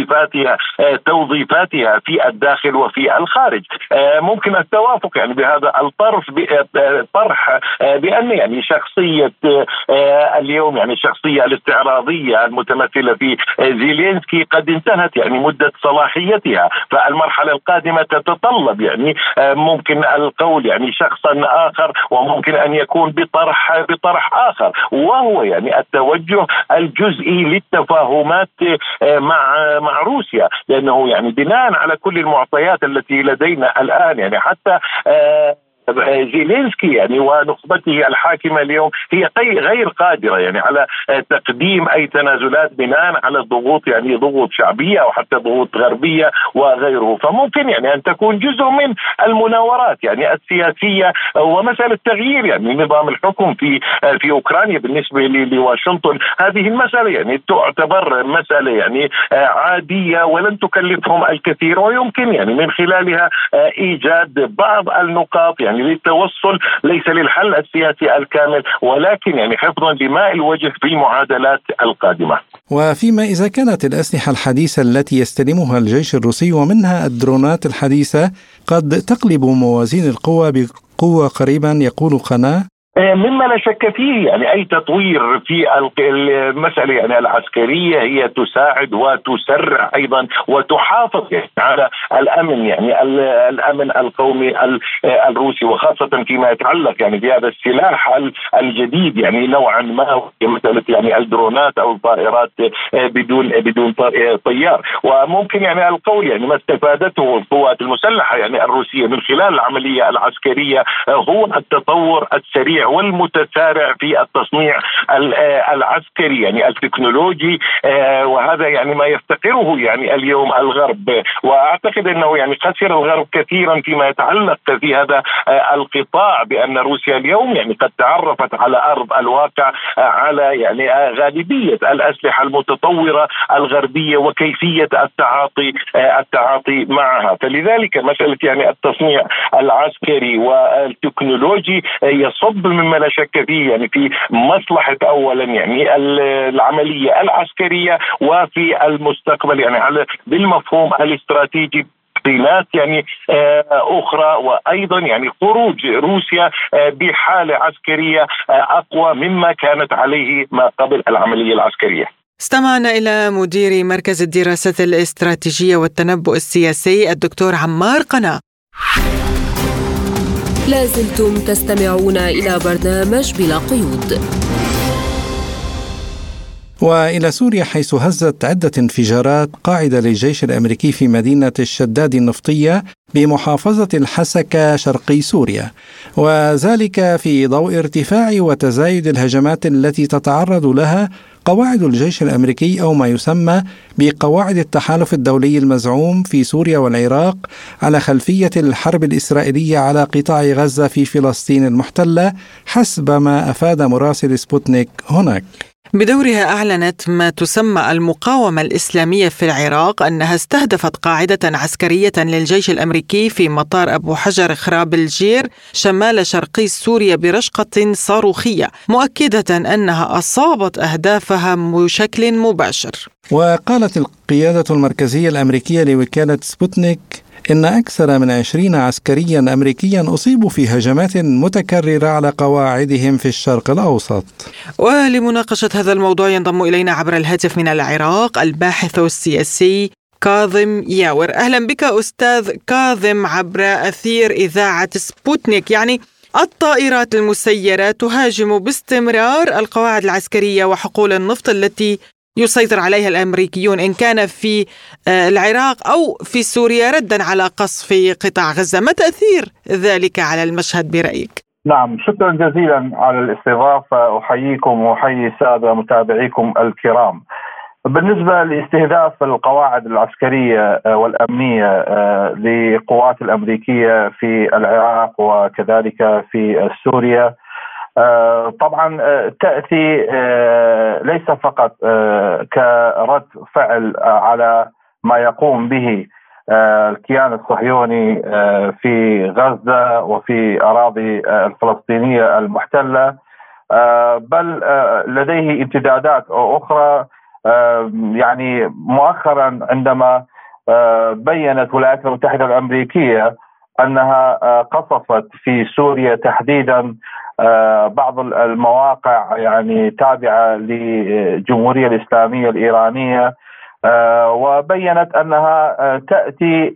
L: توظيفاتها في الداخل وفي الخارج. ممكن التوافق يعني بهذا الطرح بأن يعني شخصية اليوم يعني الشخصية الاستعراضية المتمثلة في زيلينسكي قد انتهت يعني مدة صلاحيتها، فالمرحلة القادمة تتطلب يعني ممكن القول يعني شخصا آخر، وممكن أن يكون بطرح آخر، وهو يعني التوجه الجزئي للتفاهمات مع روسيا، لأنه يعني بناء على كل المعطيات التي لدينا الآن يعني حتى زيلينسكي يعني ونخبته الحاكمة اليوم هي غير قادرة يعني على تقديم أي تنازلات بناء على الضغوط يعني ضغوط شعبية أو حتى ضغوط غربية وغيره. فممكن يعني أن تكون جزء من المناورات يعني السياسية ومسألة تغيير يعني نظام الحكم في أوكرانيا بالنسبة لواشنطن. هذه المسألة يعني تعتبر مسألة يعني عادية ولن تكلفهم الكثير، ويمكن يعني من خلالها إيجاد بعض النقاط يعني للتوصل ليس للحل السياسي الكامل، ولكن يعني حفظا لماء الوجه في المعادلات القادمة.
C: وفيما إذا كانت الأسلحة الحديثة التي يستلمها الجيش الروسي ومنها الدرونات الحديثة قد تقلب موازين القوى بقوة قريبا، يقول قناة
L: مما لا شك فيه يعني أي تطوير في المسألة يعني العسكرية هي تساعد وتسرع أيضا وتحافظ يعني على الأمن يعني الأمن القومي الروسي، وخاصة فيما يتعلق يعني بهذا السلاح الجديد يعني نوعا ما مسألة يعني الدرونات أو الطائرات بدون طيار. وممكن يعني القول يعني ما استفادته القوات المسلحة يعني الروسية من خلال العملية العسكرية هو التطور السريع والمتسارع في التصنيع العسكري يعني التكنولوجي، وهذا يعني ما يفتقره يعني اليوم الغرب. واعتقد انه يعني خسر الغرب كثيرا فيما يتعلق في هذا القطاع، بان روسيا اليوم يعني قد تعرفت على ارض الواقع على يعني غالبية الاسلحة المتطورة الغربية وكيفية التعاطي معها. فلذلك مسألة يعني التصنيع العسكري والتكنولوجي يصب مما لا شك فيه يعني في مصلحة أولا يعني العملية العسكرية، وفي المستقبل يعني على بالمفهوم الاستراتيجي تقنيات يعني أخرى، وأيضا يعني خروج روسيا بحالة عسكرية أقوى مما كانت عليه ما قبل العملية العسكرية.
D: استمعنا إلى مدير مركز الدراسات الاستراتيجية والتنبؤ السياسي الدكتور عمار قناة.
A: لازلتم تستمعون إلى برنامج بلا قيود.
C: وإلى سوريا، حيث هزت عدة انفجارات قاعدة للجيش الأمريكي في مدينة الشداد النفطية بمحافظة الحسكة شرقي سوريا، وذلك في ضوء ارتفاع وتزايد الهجمات التي تتعرض لها قواعد الجيش الأمريكي أو ما يسمى بقواعد التحالف الدولي المزعوم في سوريا والعراق على خلفية الحرب الإسرائيلية على قطاع غزة في فلسطين المحتلة، حسب ما أفاد مراسل سبوتنيك هناك.
D: بدورها أعلنت ما تسمى المقاومة الإسلامية في العراق أنها استهدفت قاعدة عسكرية للجيش الأمريكي في مطار أبو حجر خراب الجير شمال شرقي سوريا برشقة صاروخية، مؤكدة أنها أصابت أهدافها بشكل مباشر.
C: وقالت القيادة المركزية الأمريكية لوكالة سبوتنيك إن أكثر من 20 عسكريا أمريكيا أصيبوا في هجمات متكررة على قواعدهم في الشرق الأوسط.
D: ولمناقشة هذا الموضوع ينضم إلينا عبر الهاتف من العراق الباحث السياسي كاظم ياور. أهلا بك أستاذ كاظم عبر أثير إذاعة سبوتنيك. يعني الطائرات المسيرة تهاجم باستمرار القواعد العسكرية وحقول النفط التي يسيطر عليها الأمريكيون، إن كان في العراق أو في سوريا، ردا على قصف قطاع غزة. ما تأثير ذلك على المشهد برأيك؟
L: نعم، شكرا جزيلا على الاستضافة. أحييكم وأحيي السادة متابعيكم الكرام. بالنسبة لاستهداف القواعد العسكرية والأمنية للقوات الأمريكية في العراق وكذلك في سوريا، طبعا تأتي ليس فقط كرد فعل على ما يقوم به الكيان الصهيوني في غزة وفي أراضي الفلسطينية المحتلة، بل لديه امتدادات أخرى. يعني مؤخرا عندما بيّنت الولايات المتحدة الأمريكية أنها قصفت في سوريا تحديدا بعض المواقع يعني تابعة للجمهورية الإسلامية الإيرانية، وبيّنت أنها تأتي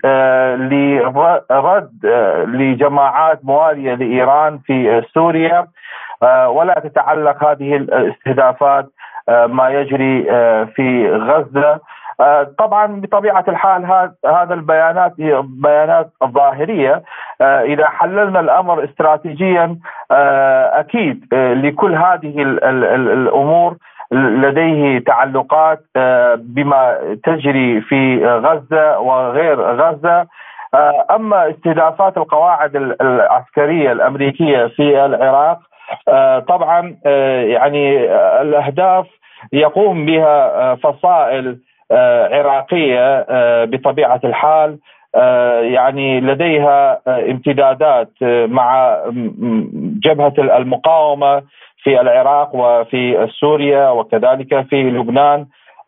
L: لرد لجماعات موالية لإيران في سوريا، ولا تتعلق هذه الاستهدافات ما يجري في غزة. طبعا بطبيعة الحال هذا البيانات هي بيانات ظاهرية. إذا حللنا الأمر استراتيجيا، أكيد لكل هذه الأمور لديه تعلقات بما تجري في غزة وغير غزة. أما استهدافات القواعد العسكرية الأمريكية في العراق، طبعا يعني الأهداف يقوم بها فصائل عراقية بطبيعة الحال، يعني لديها امتدادات مع جبهة المقاومة في العراق وفي سوريا وكذلك في لبنان،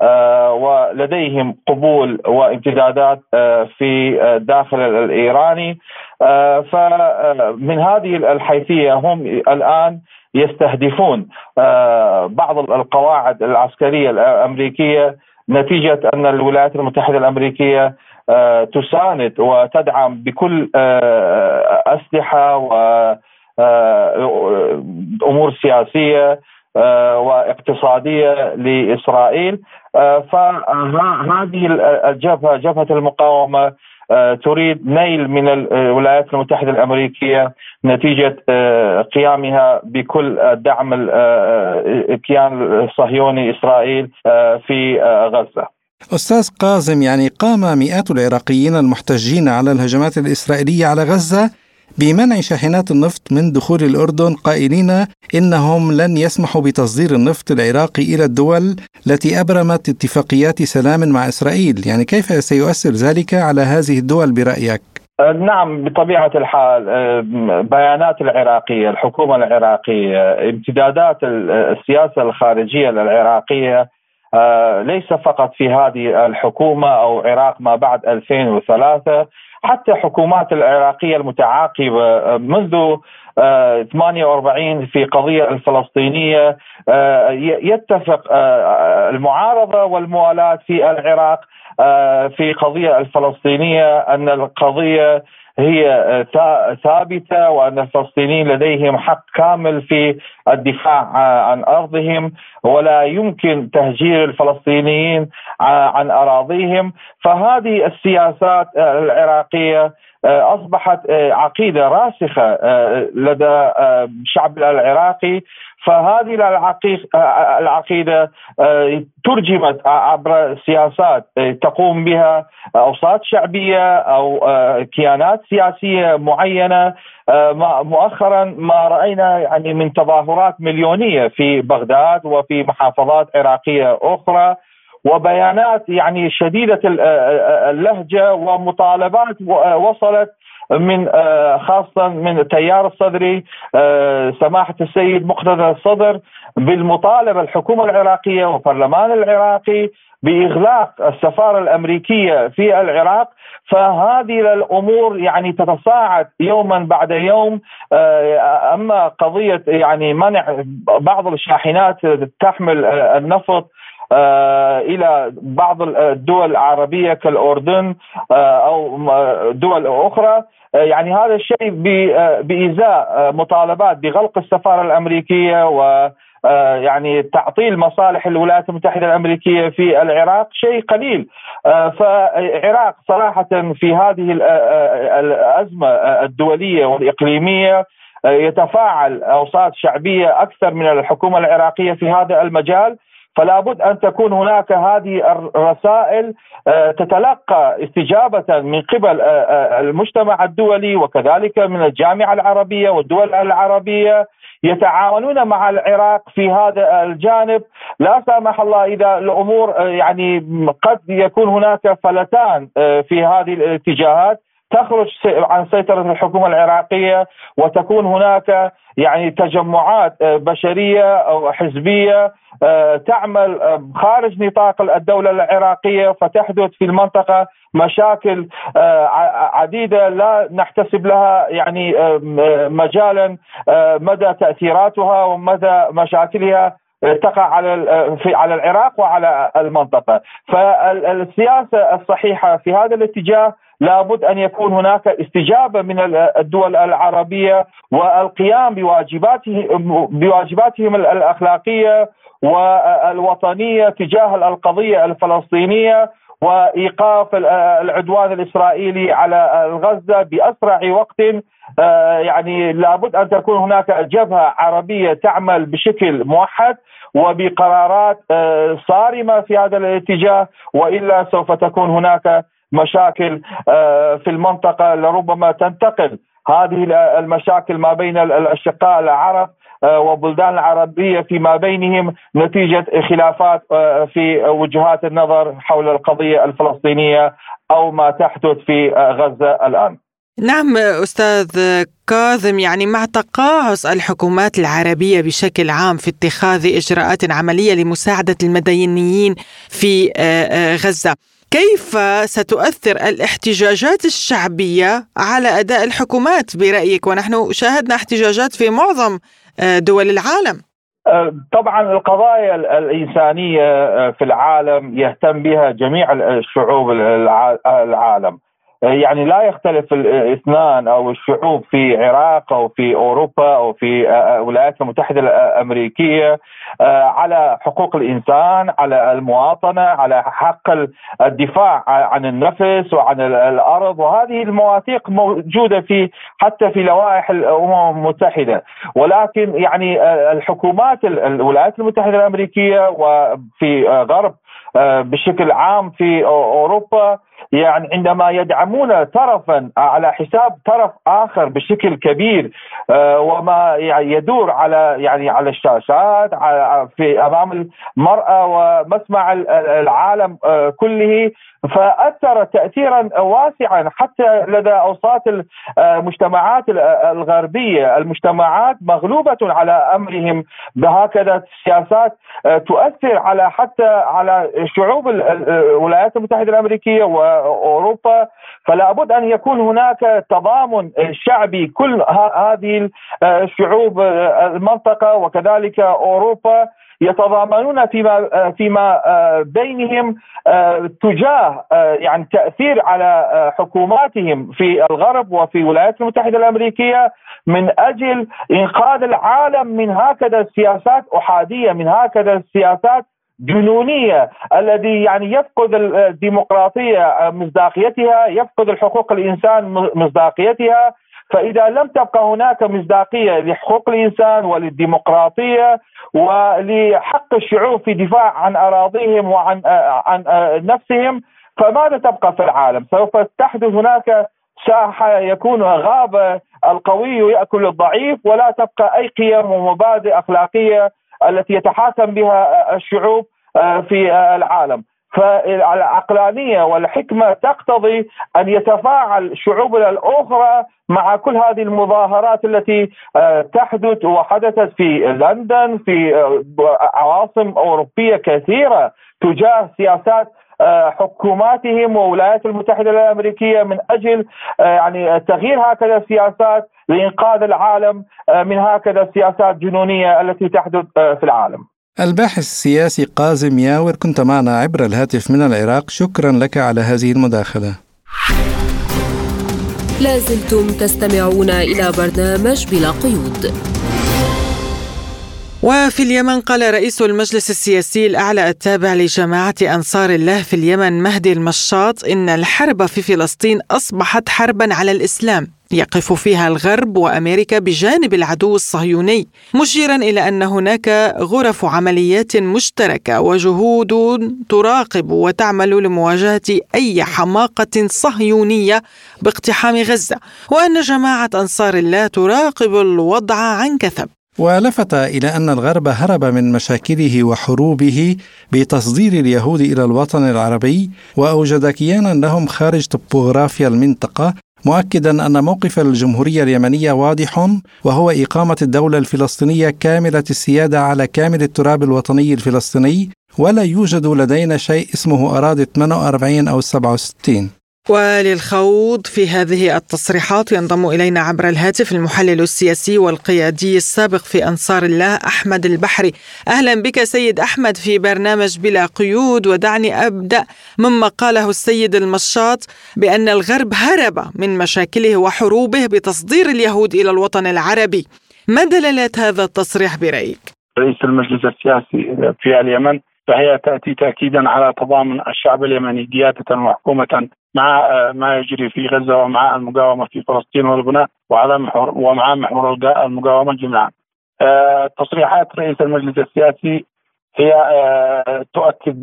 L: ولديهم قبول وامتدادات في الداخل الإيراني. فمن هذه الحيثية هم الآن يستهدفون بعض القواعد العسكرية الأمريكية، نتيجة أن الولايات المتحدة الأمريكية تساند وتدعم بكل أسلحة وأمور سياسية واقتصادية لإسرائيل. فهذه الجبهة، جبهة المقاومة، تريد نيل من الولايات المتحدة الأمريكية نتيجة قيامها بكل دعم الكيان الصهيوني إسرائيل في غزة.
C: أستاذ قاسم، يعني قام مئات العراقيين المحتجين على الهجمات الإسرائيلية على غزة بمنع شاحنات النفط من دخول الأردن، قائلين إنهم لن يسمحوا بتصدير النفط العراقي إلى الدول التي أبرمت اتفاقيات سلام مع إسرائيل. يعني كيف سيؤثر ذلك على هذه الدول برأيك؟
L: نعم، بطبيعة الحال بيانات العراقية، الحكومة العراقية، امتدادات السياسة الخارجية العراقية ليس فقط في هذه الحكومة أو عراق ما بعد 2003، حتى حكومات العراقية المتعاقبة منذ 48 في قضية الفلسطينية، يتفق المعارضة والموالاة في العراق في قضية الفلسطينية أن القضية هي ثابتة، وأن الفلسطينيين لديهم حق كامل في الدفاع عن أرضهم، ولا يمكن تهجير الفلسطينيين عن أراضيهم. فهذه السياسات العراقية أصبحت عقيدة راسخة لدى الشعب العراقي. فهذه العقيدة ترجمت عبر سياسات تقوم بها أوساط شعبية أو كيانات سياسية معينة. مؤخرا ما رأينا يعني من تظاهرات مليونية في بغداد وفي محافظات عراقية أخرى، وبيانات يعني شديدة اللهجة ومطالبات وصلت من خاصة من التيار الصدري سماحة السيد مقتدى الصدر بالمطالبة الحكومة العراقية والبرلمان العراقي بإغلاق السفارة الأمريكية في العراق. فهذه الأمور يعني تتصاعد يوما بعد يوم. أما قضية يعني منع بعض الشاحنات تحمل النفط إلى بعض الدول العربية كالأردن أو دول أخرى، يعني هذا الشيء بإزاء مطالبات بغلق السفارة الأمريكية و يعني تعطيل مصالح الولايات المتحدة الأمريكية في العراق شيء قليل. فالعراق صراحة في هذه الأزمة الدولية والإقليمية يتفاعل أوساط شعبية أكثر من الحكومة العراقية في هذا المجال. فلا بد أن تكون هناك هذه الرسائل تتلقى استجابة من قبل المجتمع الدولي وكذلك من الجامعة العربية والدول العربية يتعاونون مع العراق في هذا الجانب. لا سامح الله إذا الأمور يعني قد يكون هناك فلتان في هذه الاتجاهات تخرج عن سيطرة الحكومة العراقية وتكون هناك يعني تجمعات بشرية أو حزبية تعمل خارج نطاق الدولة العراقية، فتحدث في المنطقة مشاكل عديدة لا نحتسب لها يعني مجالا مدى تأثيراتها ومدى مشاكلها تقع على العراق وعلى المنطقة. فالسياسة الصحيحة في هذا الاتجاه لابد أن يكون هناك استجابة من الدول العربية والقيام بواجباتهم الأخلاقية والوطنية تجاه القضية الفلسطينية وإيقاف العدوان الإسرائيلي على غزة بأسرع وقت. يعني لابد أن تكون هناك جبهة عربية تعمل بشكل موحد وبقرارات صارمة في هذا الاتجاه، وإلا سوف تكون هناك مشاكل في المنطقة لربما تنتقل هذه المشاكل ما بين الأشقاء العرب وبلدان العربية فيما بينهم نتيجة خلافات في وجهات النظر حول القضية الفلسطينية أو ما تحدث في غزة الآن.
D: نعم أستاذ كاظم، يعني مع تقاعس الحكومات العربية بشكل عام في اتخاذ إجراءات عملية لمساعدة المدنيين في غزة، كيف ستؤثر الاحتجاجات الشعبية على أداء الحكومات برأيك؟ ونحن شاهدنا احتجاجات في معظم دول العالم.
L: طبعا القضايا الإنسانية في العالم يهتم بها جميع الشعوب العالم، يعني لا يختلف الاثنان أو الشعوب في العراق أو في أوروبا أو في الولايات المتحدة الأمريكية على حقوق الإنسان، على المواطنة، على حق الدفاع عن النفس وعن الأرض، وهذه المواثيق موجودة حتى في لوائح الأمم المتحدة. ولكن يعني الحكومات الولايات المتحدة الأمريكية وفي غرب بشكل عام في أوروبا يعني عندما يدعمون طرفا على حساب طرف آخر بشكل كبير وما يدور على الشاشات في أمام المرأة ومسمع العالم كله، فأثر تأثيرا واسعا حتى لدى أوساط المجتمعات الغربية. المجتمعات مغلوبة على أمرهم بهكذا سياسات تؤثر حتى على شعوب الولايات المتحدة الأمريكية وأوروبا. فلا بد أن يكون هناك تضامن شعبي كل هذه الشعوب المنطقة وكذلك أوروبا يتضامنون فيما بينهم تجاه يعني تأثير على حكوماتهم في الغرب وفي الولايات المتحدة الأمريكية من أجل إنقاذ العالم من هكذا سياسات أحادية، من هكذا السياسات
J: جنونية، الذي يعني يفقد الديمقراطية مصداقيتها، يفقد الحقوق الإنسان مصداقيتها. فإذا لم تبقى هناك مصداقية لحقوق الإنسان وللديمقراطية ولحق الشعوب في دفاع عن أراضيهم وعن نفسهم، فماذا تبقى في العالم؟ سوف تحدث هناك ساحة يكون غابة القوي يأكل الضعيف، ولا تبقى أي قيم ومبادئ أخلاقية التي يتحاكم بها الشعوب في العالم. فالعقلانية والحكمة تقتضي أن يتفاعل شعوبنا الأخرى مع كل هذه المظاهرات التي تحدث وحدثت في لندن، في عواصم أوروبية كثيرة تجاه سياسات حكوماتهم والولايات المتحدة الأمريكية من أجل يعني تغيير هكذا السياسات لإنقاذ العالم من هكذا السياسات الجنونية التي تحدث في العالم.
C: الباحث السياسي قاسم ياور، كنت معنا عبر الهاتف من العراق. شكرا لك على هذه المداخلة.
A: لازلتم تستمعون إلى برنامج بلا قيود.
D: وفي اليمن قال رئيس المجلس السياسي الأعلى التابع لجماعة أنصار الله في اليمن مهدي المشاط إن الحرب في فلسطين أصبحت حربا على الإسلام يقف فيها الغرب وأمريكا بجانب العدو الصهيوني، مشيرا إلى أن هناك غرف عمليات مشتركة وجهود تراقب وتعمل لمواجهة أي حماقة صهيونية باقتحام غزة، وأن جماعة أنصار الله تراقب الوضع عن كثب.
C: ولفت إلى أن الغرب هرب من مشاكله وحروبه بتصدير اليهود إلى الوطن العربي، وأوجد كيانا لهم خارج طبوغرافيا المنطقة، مؤكدا أن موقف الجمهورية اليمنية واضح، وهو إقامة الدولة الفلسطينية كاملة السيادة على كامل التراب الوطني الفلسطيني، ولا يوجد لدينا شيء اسمه أراضي 48 أو 67.
D: وللخوض في هذه التصريحات ينضم إلينا عبر الهاتف المحلل السياسي والقيادي السابق في أنصار الله أحمد البحري. أهلا بك سيد أحمد في برنامج بلا قيود. ودعني أبدأ مما قاله السيد المشاط بأن الغرب هرب من مشاكله وحروبه بتصدير اليهود إلى الوطن العربي. ما دلالات هذا التصريح برأيك؟
M: رئيس المجلس السياسي في اليمن فهي تأتي تأكيدا على تضامن الشعب اليمني قيادة وحكومة مع ما يجري في غزة ومع المقاومة في فلسطين ولبنان ومع محور المقاومة جميعا. تصريحات رئيس المجلس السياسي هي تؤكد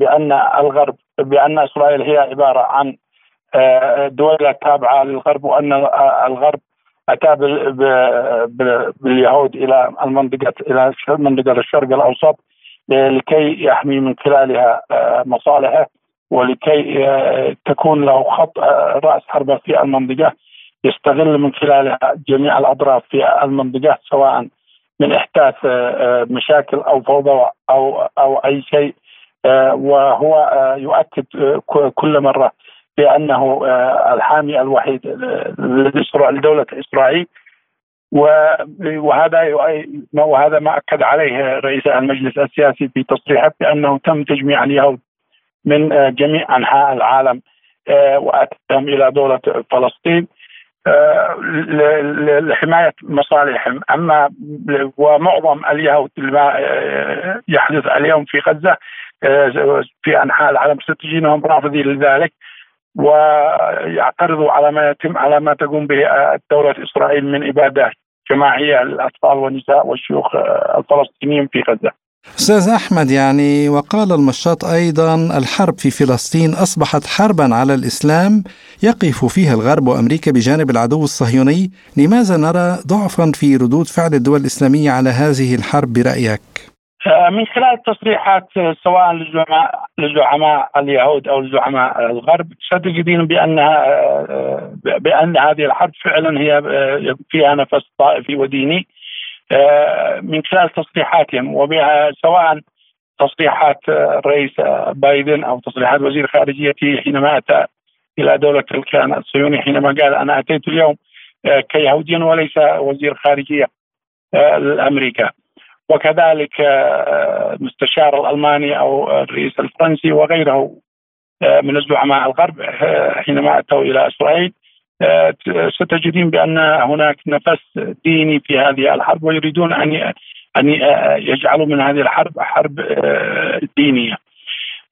M: بأن إسرائيل هي عبارة عن دولة تابعة للغرب، وأن الغرب أتى باليهود إلى منطقة الشرق الأوسط لكي يحمي من خلالها مصالحه، ولكي تكون له خط رأس حربة في المنطقة يستغل من خلالها جميع الأطراف في المنطقة، سواء من إحداث مشاكل أو فوضى أو أي شيء. وهو يؤكد كل مرة بأنه الحامي الوحيد لدولة إسرائيل، وهذا ما أكد عليه رئيس المجلس السياسي في تصريحه بأنه تم تجميع اليهود من جميع أنحاء العالم وأتهم إلى دولة فلسطين لحماية مصالحهم. أما ومعظم اليهود ما يحدث اليوم في غزة في أنحاء العالم ستجدهم رافضين لذلك، ويعترضوا على ما تقوم به دولة إسرائيل من إبادة جماعية للأطفال والنساء والشيوخ الفلسطينيين في غزة.
C: أستاذ أحمد، يعني وقال المشاط أيضا الحرب في فلسطين أصبحت حربا على الإسلام يقف فيها الغرب وأمريكا بجانب العدو الصهيوني. لماذا نرى ضعفا في ردود فعل الدول الإسلامية على هذه الحرب برأيك؟
M: من خلال تصريحات سواء لزعماء اليهود أو لزعماء الغرب ستجدين بأن هذه الحرب فعلا هي فيها نفس طائفي وديني من خلال تصريحاتهم، وبها سواء تصريحات الرئيس بايدن أو تصريحات وزير خارجيته حينما أتى إلى دولة الكيان الصهيوني، حينما قال أنا أتيت اليوم كيهودي وليس وزير خارجية لأمريكا. وكذلك المستشار الألماني أو الرئيس الفرنسي وغيره من الزعماء الغرب حينما أتوا إلى إسرائيل ستجدين بأن هناك نفس ديني في هذه الحرب، ويريدون أن يجعلوا من هذه الحرب حرب دينية.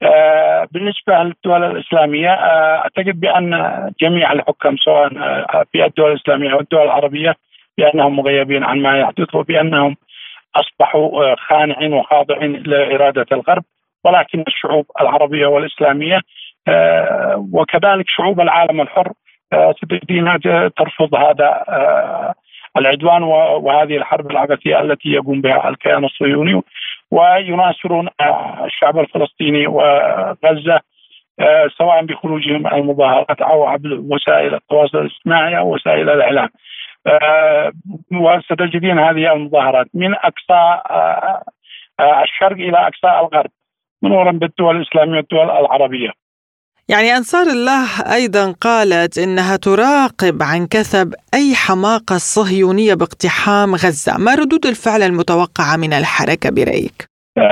M: بالنسبة للدول الإسلامية أعتقد بأن جميع الحكام سواء في الدول الإسلامية والدول العربية بأنهم مغيبين عن ما يحدث، وبأنهم أصبحوا خانعين وخاضعين لإرادة الغرب، ولكن الشعوب العربية والإسلامية وكذلك شعوب العالم الحر ستدين ترفض هذا العدوان وهذه الحرب العبثية التي يقوم بها الكيان الصهيوني، ويناصرون الشعب الفلسطيني وغزة سواء بخروجهم المظاهرات أو عبر وسائل التواصل الاجتماعي أو وسائل الإعلام. وستجدين هذه المظاهرات من أقصى الشرق إلى أقصى الغرب مرورا بالدول الإسلامية والدول العربية.
D: يعني أنصار الله أيضا قالت إنها تراقب عن كثب أي حماقة صهيونية باقتحام غزة. ما ردود الفعل المتوقعة من الحركة برأيك؟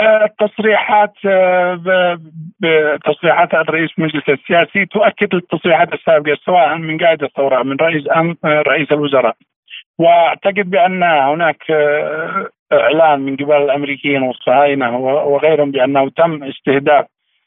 D: تصريحات الرئيس المجلس السياسي تؤكد التصريحات السابقة سواء من قائد الثورة من رئيس الوزراء، واعتقد بأن هناك إعلان من قبل الأمريكيين والصهاينة وغيرهم بأنه تم استهداف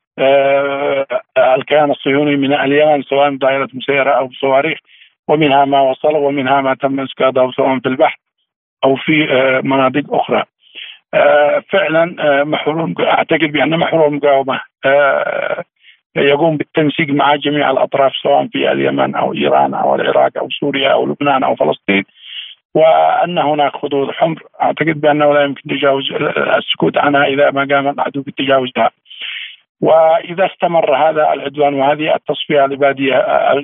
D: الكيان الصهيوني من اليمن سواء بدائرة مسيرة أو بصواريخ، ومنها ما وصل ومنها ما تم إسقاطه سواء في البحر أو في مناطق أخرى. فعلا أعتقد بأن محور المقاومة يقوم بالتنسيق مع جميع الأطراف سواء في اليمن أو إيران أو العراق أو سوريا أو لبنان أو فلسطين، وأن هناك خطوط حمر أعتقد بأنه لا يمكن تجاوز السكوت عنها إذا ما قام العدو بتجاوزها. وإذا استمر هذا العدوان وهذه التصفية الإبادية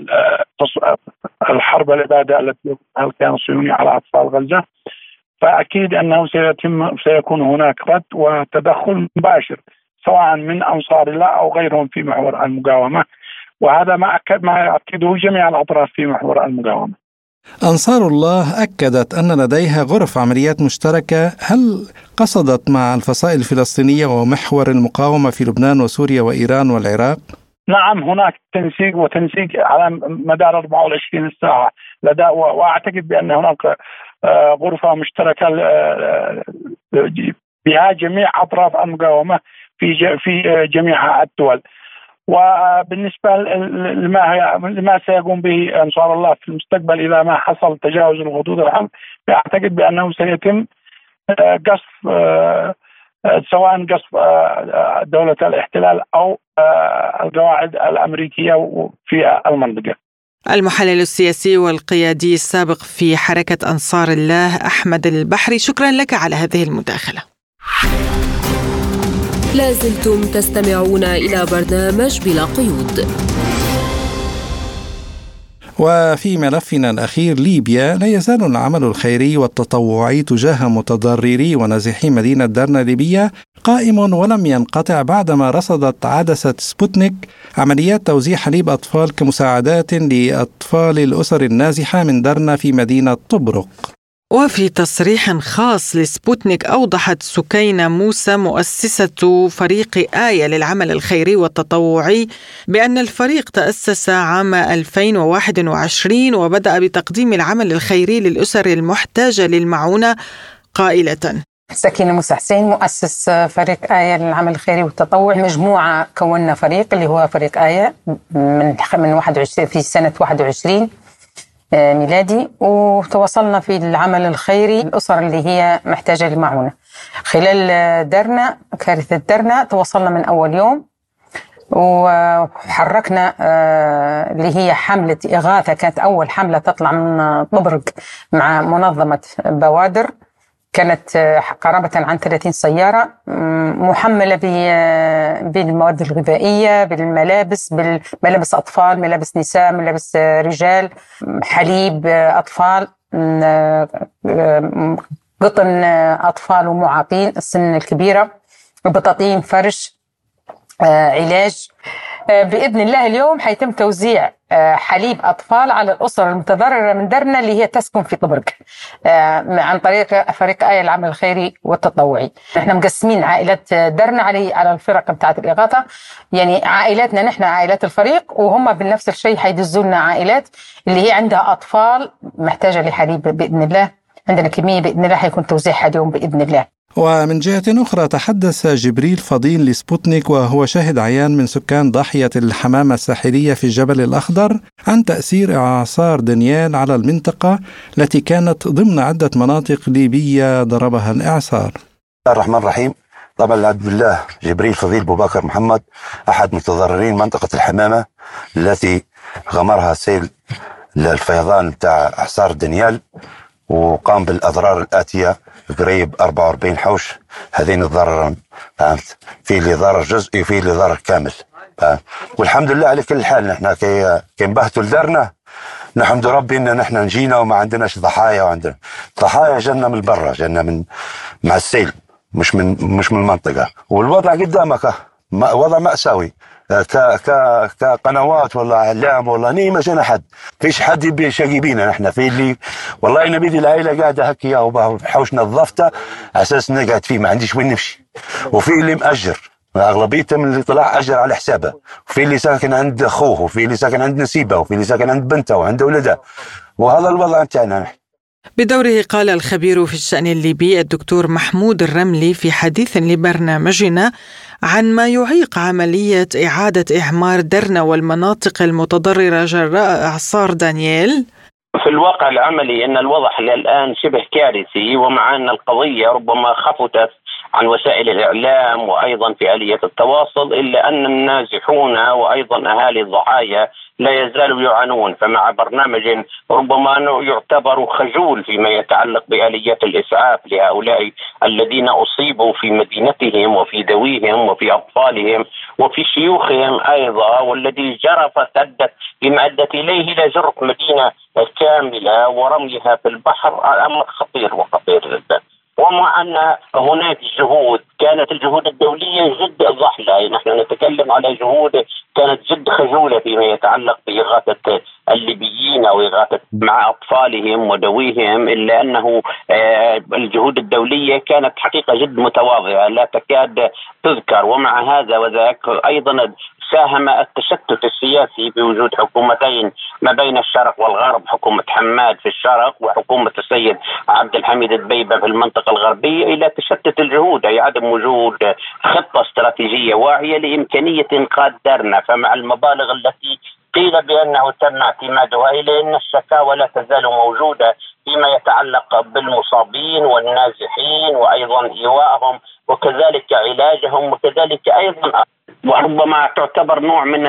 D: الحرب الإبادة التي يقوم الكيان الصهيوني على أطفال غزة، فأكيد أنه سيكون هناك رد وتدخل مباشر سواء من أنصار الله أو غيرهم في محور المقاومة، وهذا ما يؤكده جميع الأطراف في محور المقاومة.
C: أنصار الله أكدت أن لديها غرف عمليات مشتركة. هل قصدت مع الفصائل الفلسطينية ومحور المقاومة في لبنان وسوريا وإيران والعراق؟
M: نعم، هناك تنسيق على مدار 24 ساعة وأعتقد بأن هناك غرفة مشتركة بها جميع أطراف المقاومة في جميع الدول. وبالنسبة لما سيقوم به أنصار الله في المستقبل إذا ما حصل تجاوز الخطوط الحمر، أعتقد بأنه سيتم قصف سواء قصف دولة الاحتلال أو القواعد الأمريكية في المنطقة.
D: المحلل السياسي والقيادي السابق في حركة أنصار الله أحمد البحري، شكرا لك على هذه المداخلة.
A: لازلتم تستمعون إلى برنامج بلا قيود.
C: وفي ملفنا الأخير ليبيا، لا يزال العمل الخيري والتطوعي تجاه متضرري ونازحي مدينة درنا الليبية قائم ولم ينقطع بعدما رصدت عدسة سبوتنيك عمليات توزيع حليب أطفال كمساعدات لأطفال الأسر النازحة من درنا في مدينة طبرق.
D: وفي تصريح خاص لسبوتنيك أوضحت سكينة موسى مؤسسة فريق آية للعمل الخيري والتطوعي بأن الفريق تأسس عام 2021 وبدأ بتقديم العمل الخيري للأسر المحتاجة للمعونة، قائلة:
N: سكينة موسى حسين مؤسس فريق آية للعمل الخيري والتطوع. مجموعة كوننا فريق اللي هو فريق آية من 21 في سنة 21 ميلادي، وتواصلنا في العمل الخيري الأسر اللي هي محتاجة للمعونة. خلال درنا، كارثة درنا، تواصلنا من أول يوم وحركنا اللي هي حملة إغاثة. كانت أول حملة تطلع من طبرق مع منظمة بوادر، كانت قرابة عن 30 سيارة محملة بالمواد الغذائية، بالملابس، بالملابس أطفال، ملابس نساء، ملابس رجال، حليب أطفال، قطن أطفال ومعاقين السن الكبيرة، بطاطين، فرش، علاج. بإذن الله اليوم حيتم توزيع حليب أطفال على الأسر المتضررة من درنا اللي هي تسكن في طبرق عن طريق فريق آية العمل الخيري والتطوعي. نحن مقسمين عائلات درنا على الفرق بتاعت الإغاثة، يعني عائلاتنا نحن عائلات الفريق، وهم بنفس الشيء حيدزوا لنا عائلات اللي هي عندها أطفال محتاجة لحليب. بإذن الله عندنا كمية بإذن الله حيكون توزيعها اليوم بإذن الله.
C: ومن جهة أخرى تحدث جبريل فضيل لسبوتنيك وهو شاهد عيان من سكان ضاحية الحمامة الساحلية في الجبل الأخضر عن تأثير إعصار دانيال على المنطقة التي كانت ضمن عدة مناطق ليبية ضربها الإعصار.
O: الرحمن الرحيم. طبعا العبد بالله جبريل فضيل أبو بكر محمد، أحد متضررين منطقة الحمامة التي غمرها سيل للفيضان بتاع إعصار دانيال، وقام بالأضرار الآتية قريب 44 حوش. هذين الضرران فهمت، في اللي ضرر جزئي وفي اللي ضرر كامل. والحمد لله على كل حال. نحن كي انبهتوا لدارنا نحمد ربي ان نحن نجينا وما عندناش ضحايا، وعندنا ضحايا جنة من برا، جنة من مع السيل، مش من المنطقة. والوضع قدامك وضع مأساوي. كقنوات ولا اعلام ولا ما جانا حد، فيش حد يبي شاقيبينا. نحن في اللي والله نبيذ العائله قاعده هكيا وحوشنا نظفته على اساس نقعد فيه، ما عنديش وين نمشي. وفي اللي مأجر، اغلبيتهم اللي طلع اجر على حسابه، وفي اللي ساكن عند اخوه، وفي اللي ساكن عند نسيبه، وفي اللي ساكن عند بنته وعند ولده. وهذا الوضع نتاعنا نحن.
D: بدوره قال الخبير في الشأن الليبي الدكتور محمود الرملي في حديث لبرنامجنا عن ما يعيق عملية إعادة إعمار درنا والمناطق المتضررة جراء إعصار دانيال.
P: في الواقع العملي أن الوضع الآن شبه كارثي، ومع أن القضية ربما خفتت عن وسائل الإعلام وأيضا في آلية التواصل، إلا أن النازحون وأيضا أهالي الضحايا لا يزالوا يعانون. فمع برنامج ربما يعتبر خجول فيما يتعلق بآليات الإسعاف لهؤلاء الذين أصيبوا في مدينتهم وفي ذويهم وفي أطفالهم وفي شيوخهم أيضا، والذي جرفت بما أدت إليه إلى جرف مدينة كاملة ورميها في البحر، أمر خطير وخطير جدا. ومع أن هناك جهود، كانت الجهود الدولية جد ضحلة، نحن نتكلم على جهود كانت جد خجولة فيما يتعلق بإغاثة الليبيين أو إغاثة مع أطفالهم وذويهم، إلا أنه الجهود الدولية كانت حقيقة جد متواضعة لا تكاد تذكر. ومع هذا وذاك أيضا ساهم التشتت السياسي بوجود حكومتين ما بين الشرق والغرب، حكومة حماد في الشرق وحكومة السيد عبد الحميد الدبيبة في المنطقة الغربية، إلى تشتت الجهود، أي عدم وجود خطة استراتيجية واعية لإمكانية إنقاذ درنا. فمع المبالغ التي قيل بأنه تم اعتمادها، إلى أن الشكاوى لا تزال موجودة فيما يتعلق بالمصابين والنازحين وأيضا إيواءهم وكذلك علاجهم وكذلك أيضا، وربما تعتبر نوع من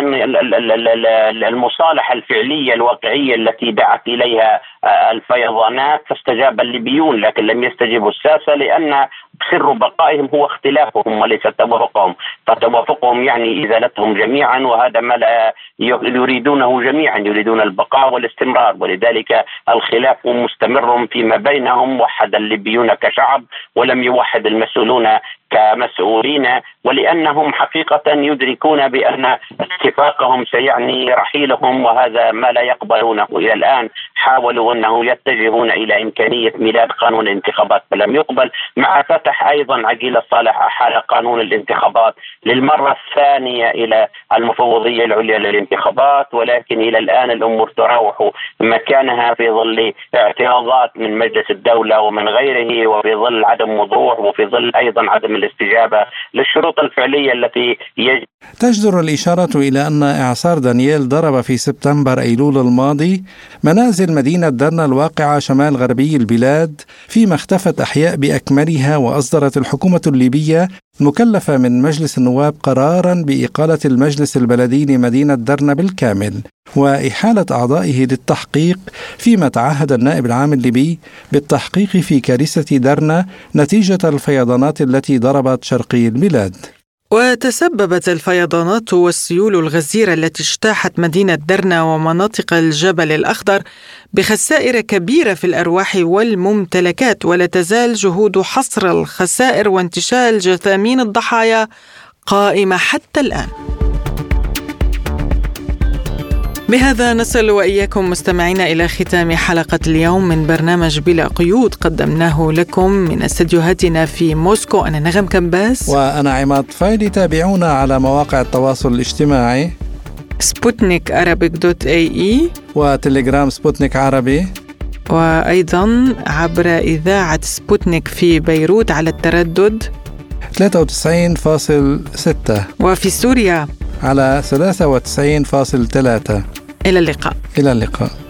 P: المصالحة الفعلية الواقعية التي دعت إليها الفيضانات. فاستجاب الليبيون لكن لم يستجيبوا الساسة، لأن سر بقائهم هو اختلافهم وليس توافقهم، فتوافقهم يعني إزالتهم جميعا، وهذا ما لا يريدونه جميعا، يريدون البقاء والاستمرار، ولذلك الخلاف مستمر فيما بينهم. وحد الليبيون كشعب ولم يوحد المسؤولون كمسؤولين، ولأنهم حقيقة يدركون بأن اتفاقهم سيعني رحيلهم، وهذا ما لا يقبلونه. إلى الآن حاولوا أنه يتجهون إلى إمكانية ميلاد قانون الانتخابات فلم يقبل، مع فتح أيضا عقيل الصالح أحال قانون الانتخابات للمرة الثانية إلى المفوضية العليا للانتخابات، ولكن إلى الآن الأمور تراوح مكانها في ظل اعتراضات من مجلس الدولة ومن غيره، وفي ظل عدم وضوح، وفي ظل أيضا عدم الاستجابة للشروط الفعلية التي يجب.
C: تجدر الإشارة إلى أن إعصار دانيال ضرب في سبتمبر أيلول الماضي منازل مدينة درنا الواقعة شمال غربي البلاد، فيما اختفت أحياء بأكملها، وأصدرت الحكومة الليبية مكلفة من مجلس النواب قرارا بإقالة المجلس البلدي لمدينة درنا بالكامل وإحالة أعضائه للتحقيق، فيما تعهد النائب العام الليبي بالتحقيق في كارثة درنا نتيجة الفيضانات التي ضربت شرقي البلاد.
D: وتسببت الفيضانات والسيول الغزيرة التي اجتاحت مدينة درنا ومناطق الجبل الأخضر بخسائر كبيرة في الأرواح والممتلكات، ولا تزال جهود حصر الخسائر وانتشال جثامين الضحايا قائمة حتى الآن. بهذا نصل وإياكم مستمعينا إلى ختام حلقة اليوم من برنامج بلا قيود، قدمناه لكم من استديوهاتنا في موسكو. أنا نغم كمباس
C: وأنا عماد فايلي. تابعونا على مواقع التواصل الاجتماعي
D: سبوتنيك Arabic.ae
C: وتليجرام سبوتنيك عربي،
D: وأيضا عبر إذاعة سبوتنيك في بيروت على التردد
C: 93.6،
D: وفي سوريا
C: على 93.3.
D: إلى اللقاء.
C: إلى اللقاء.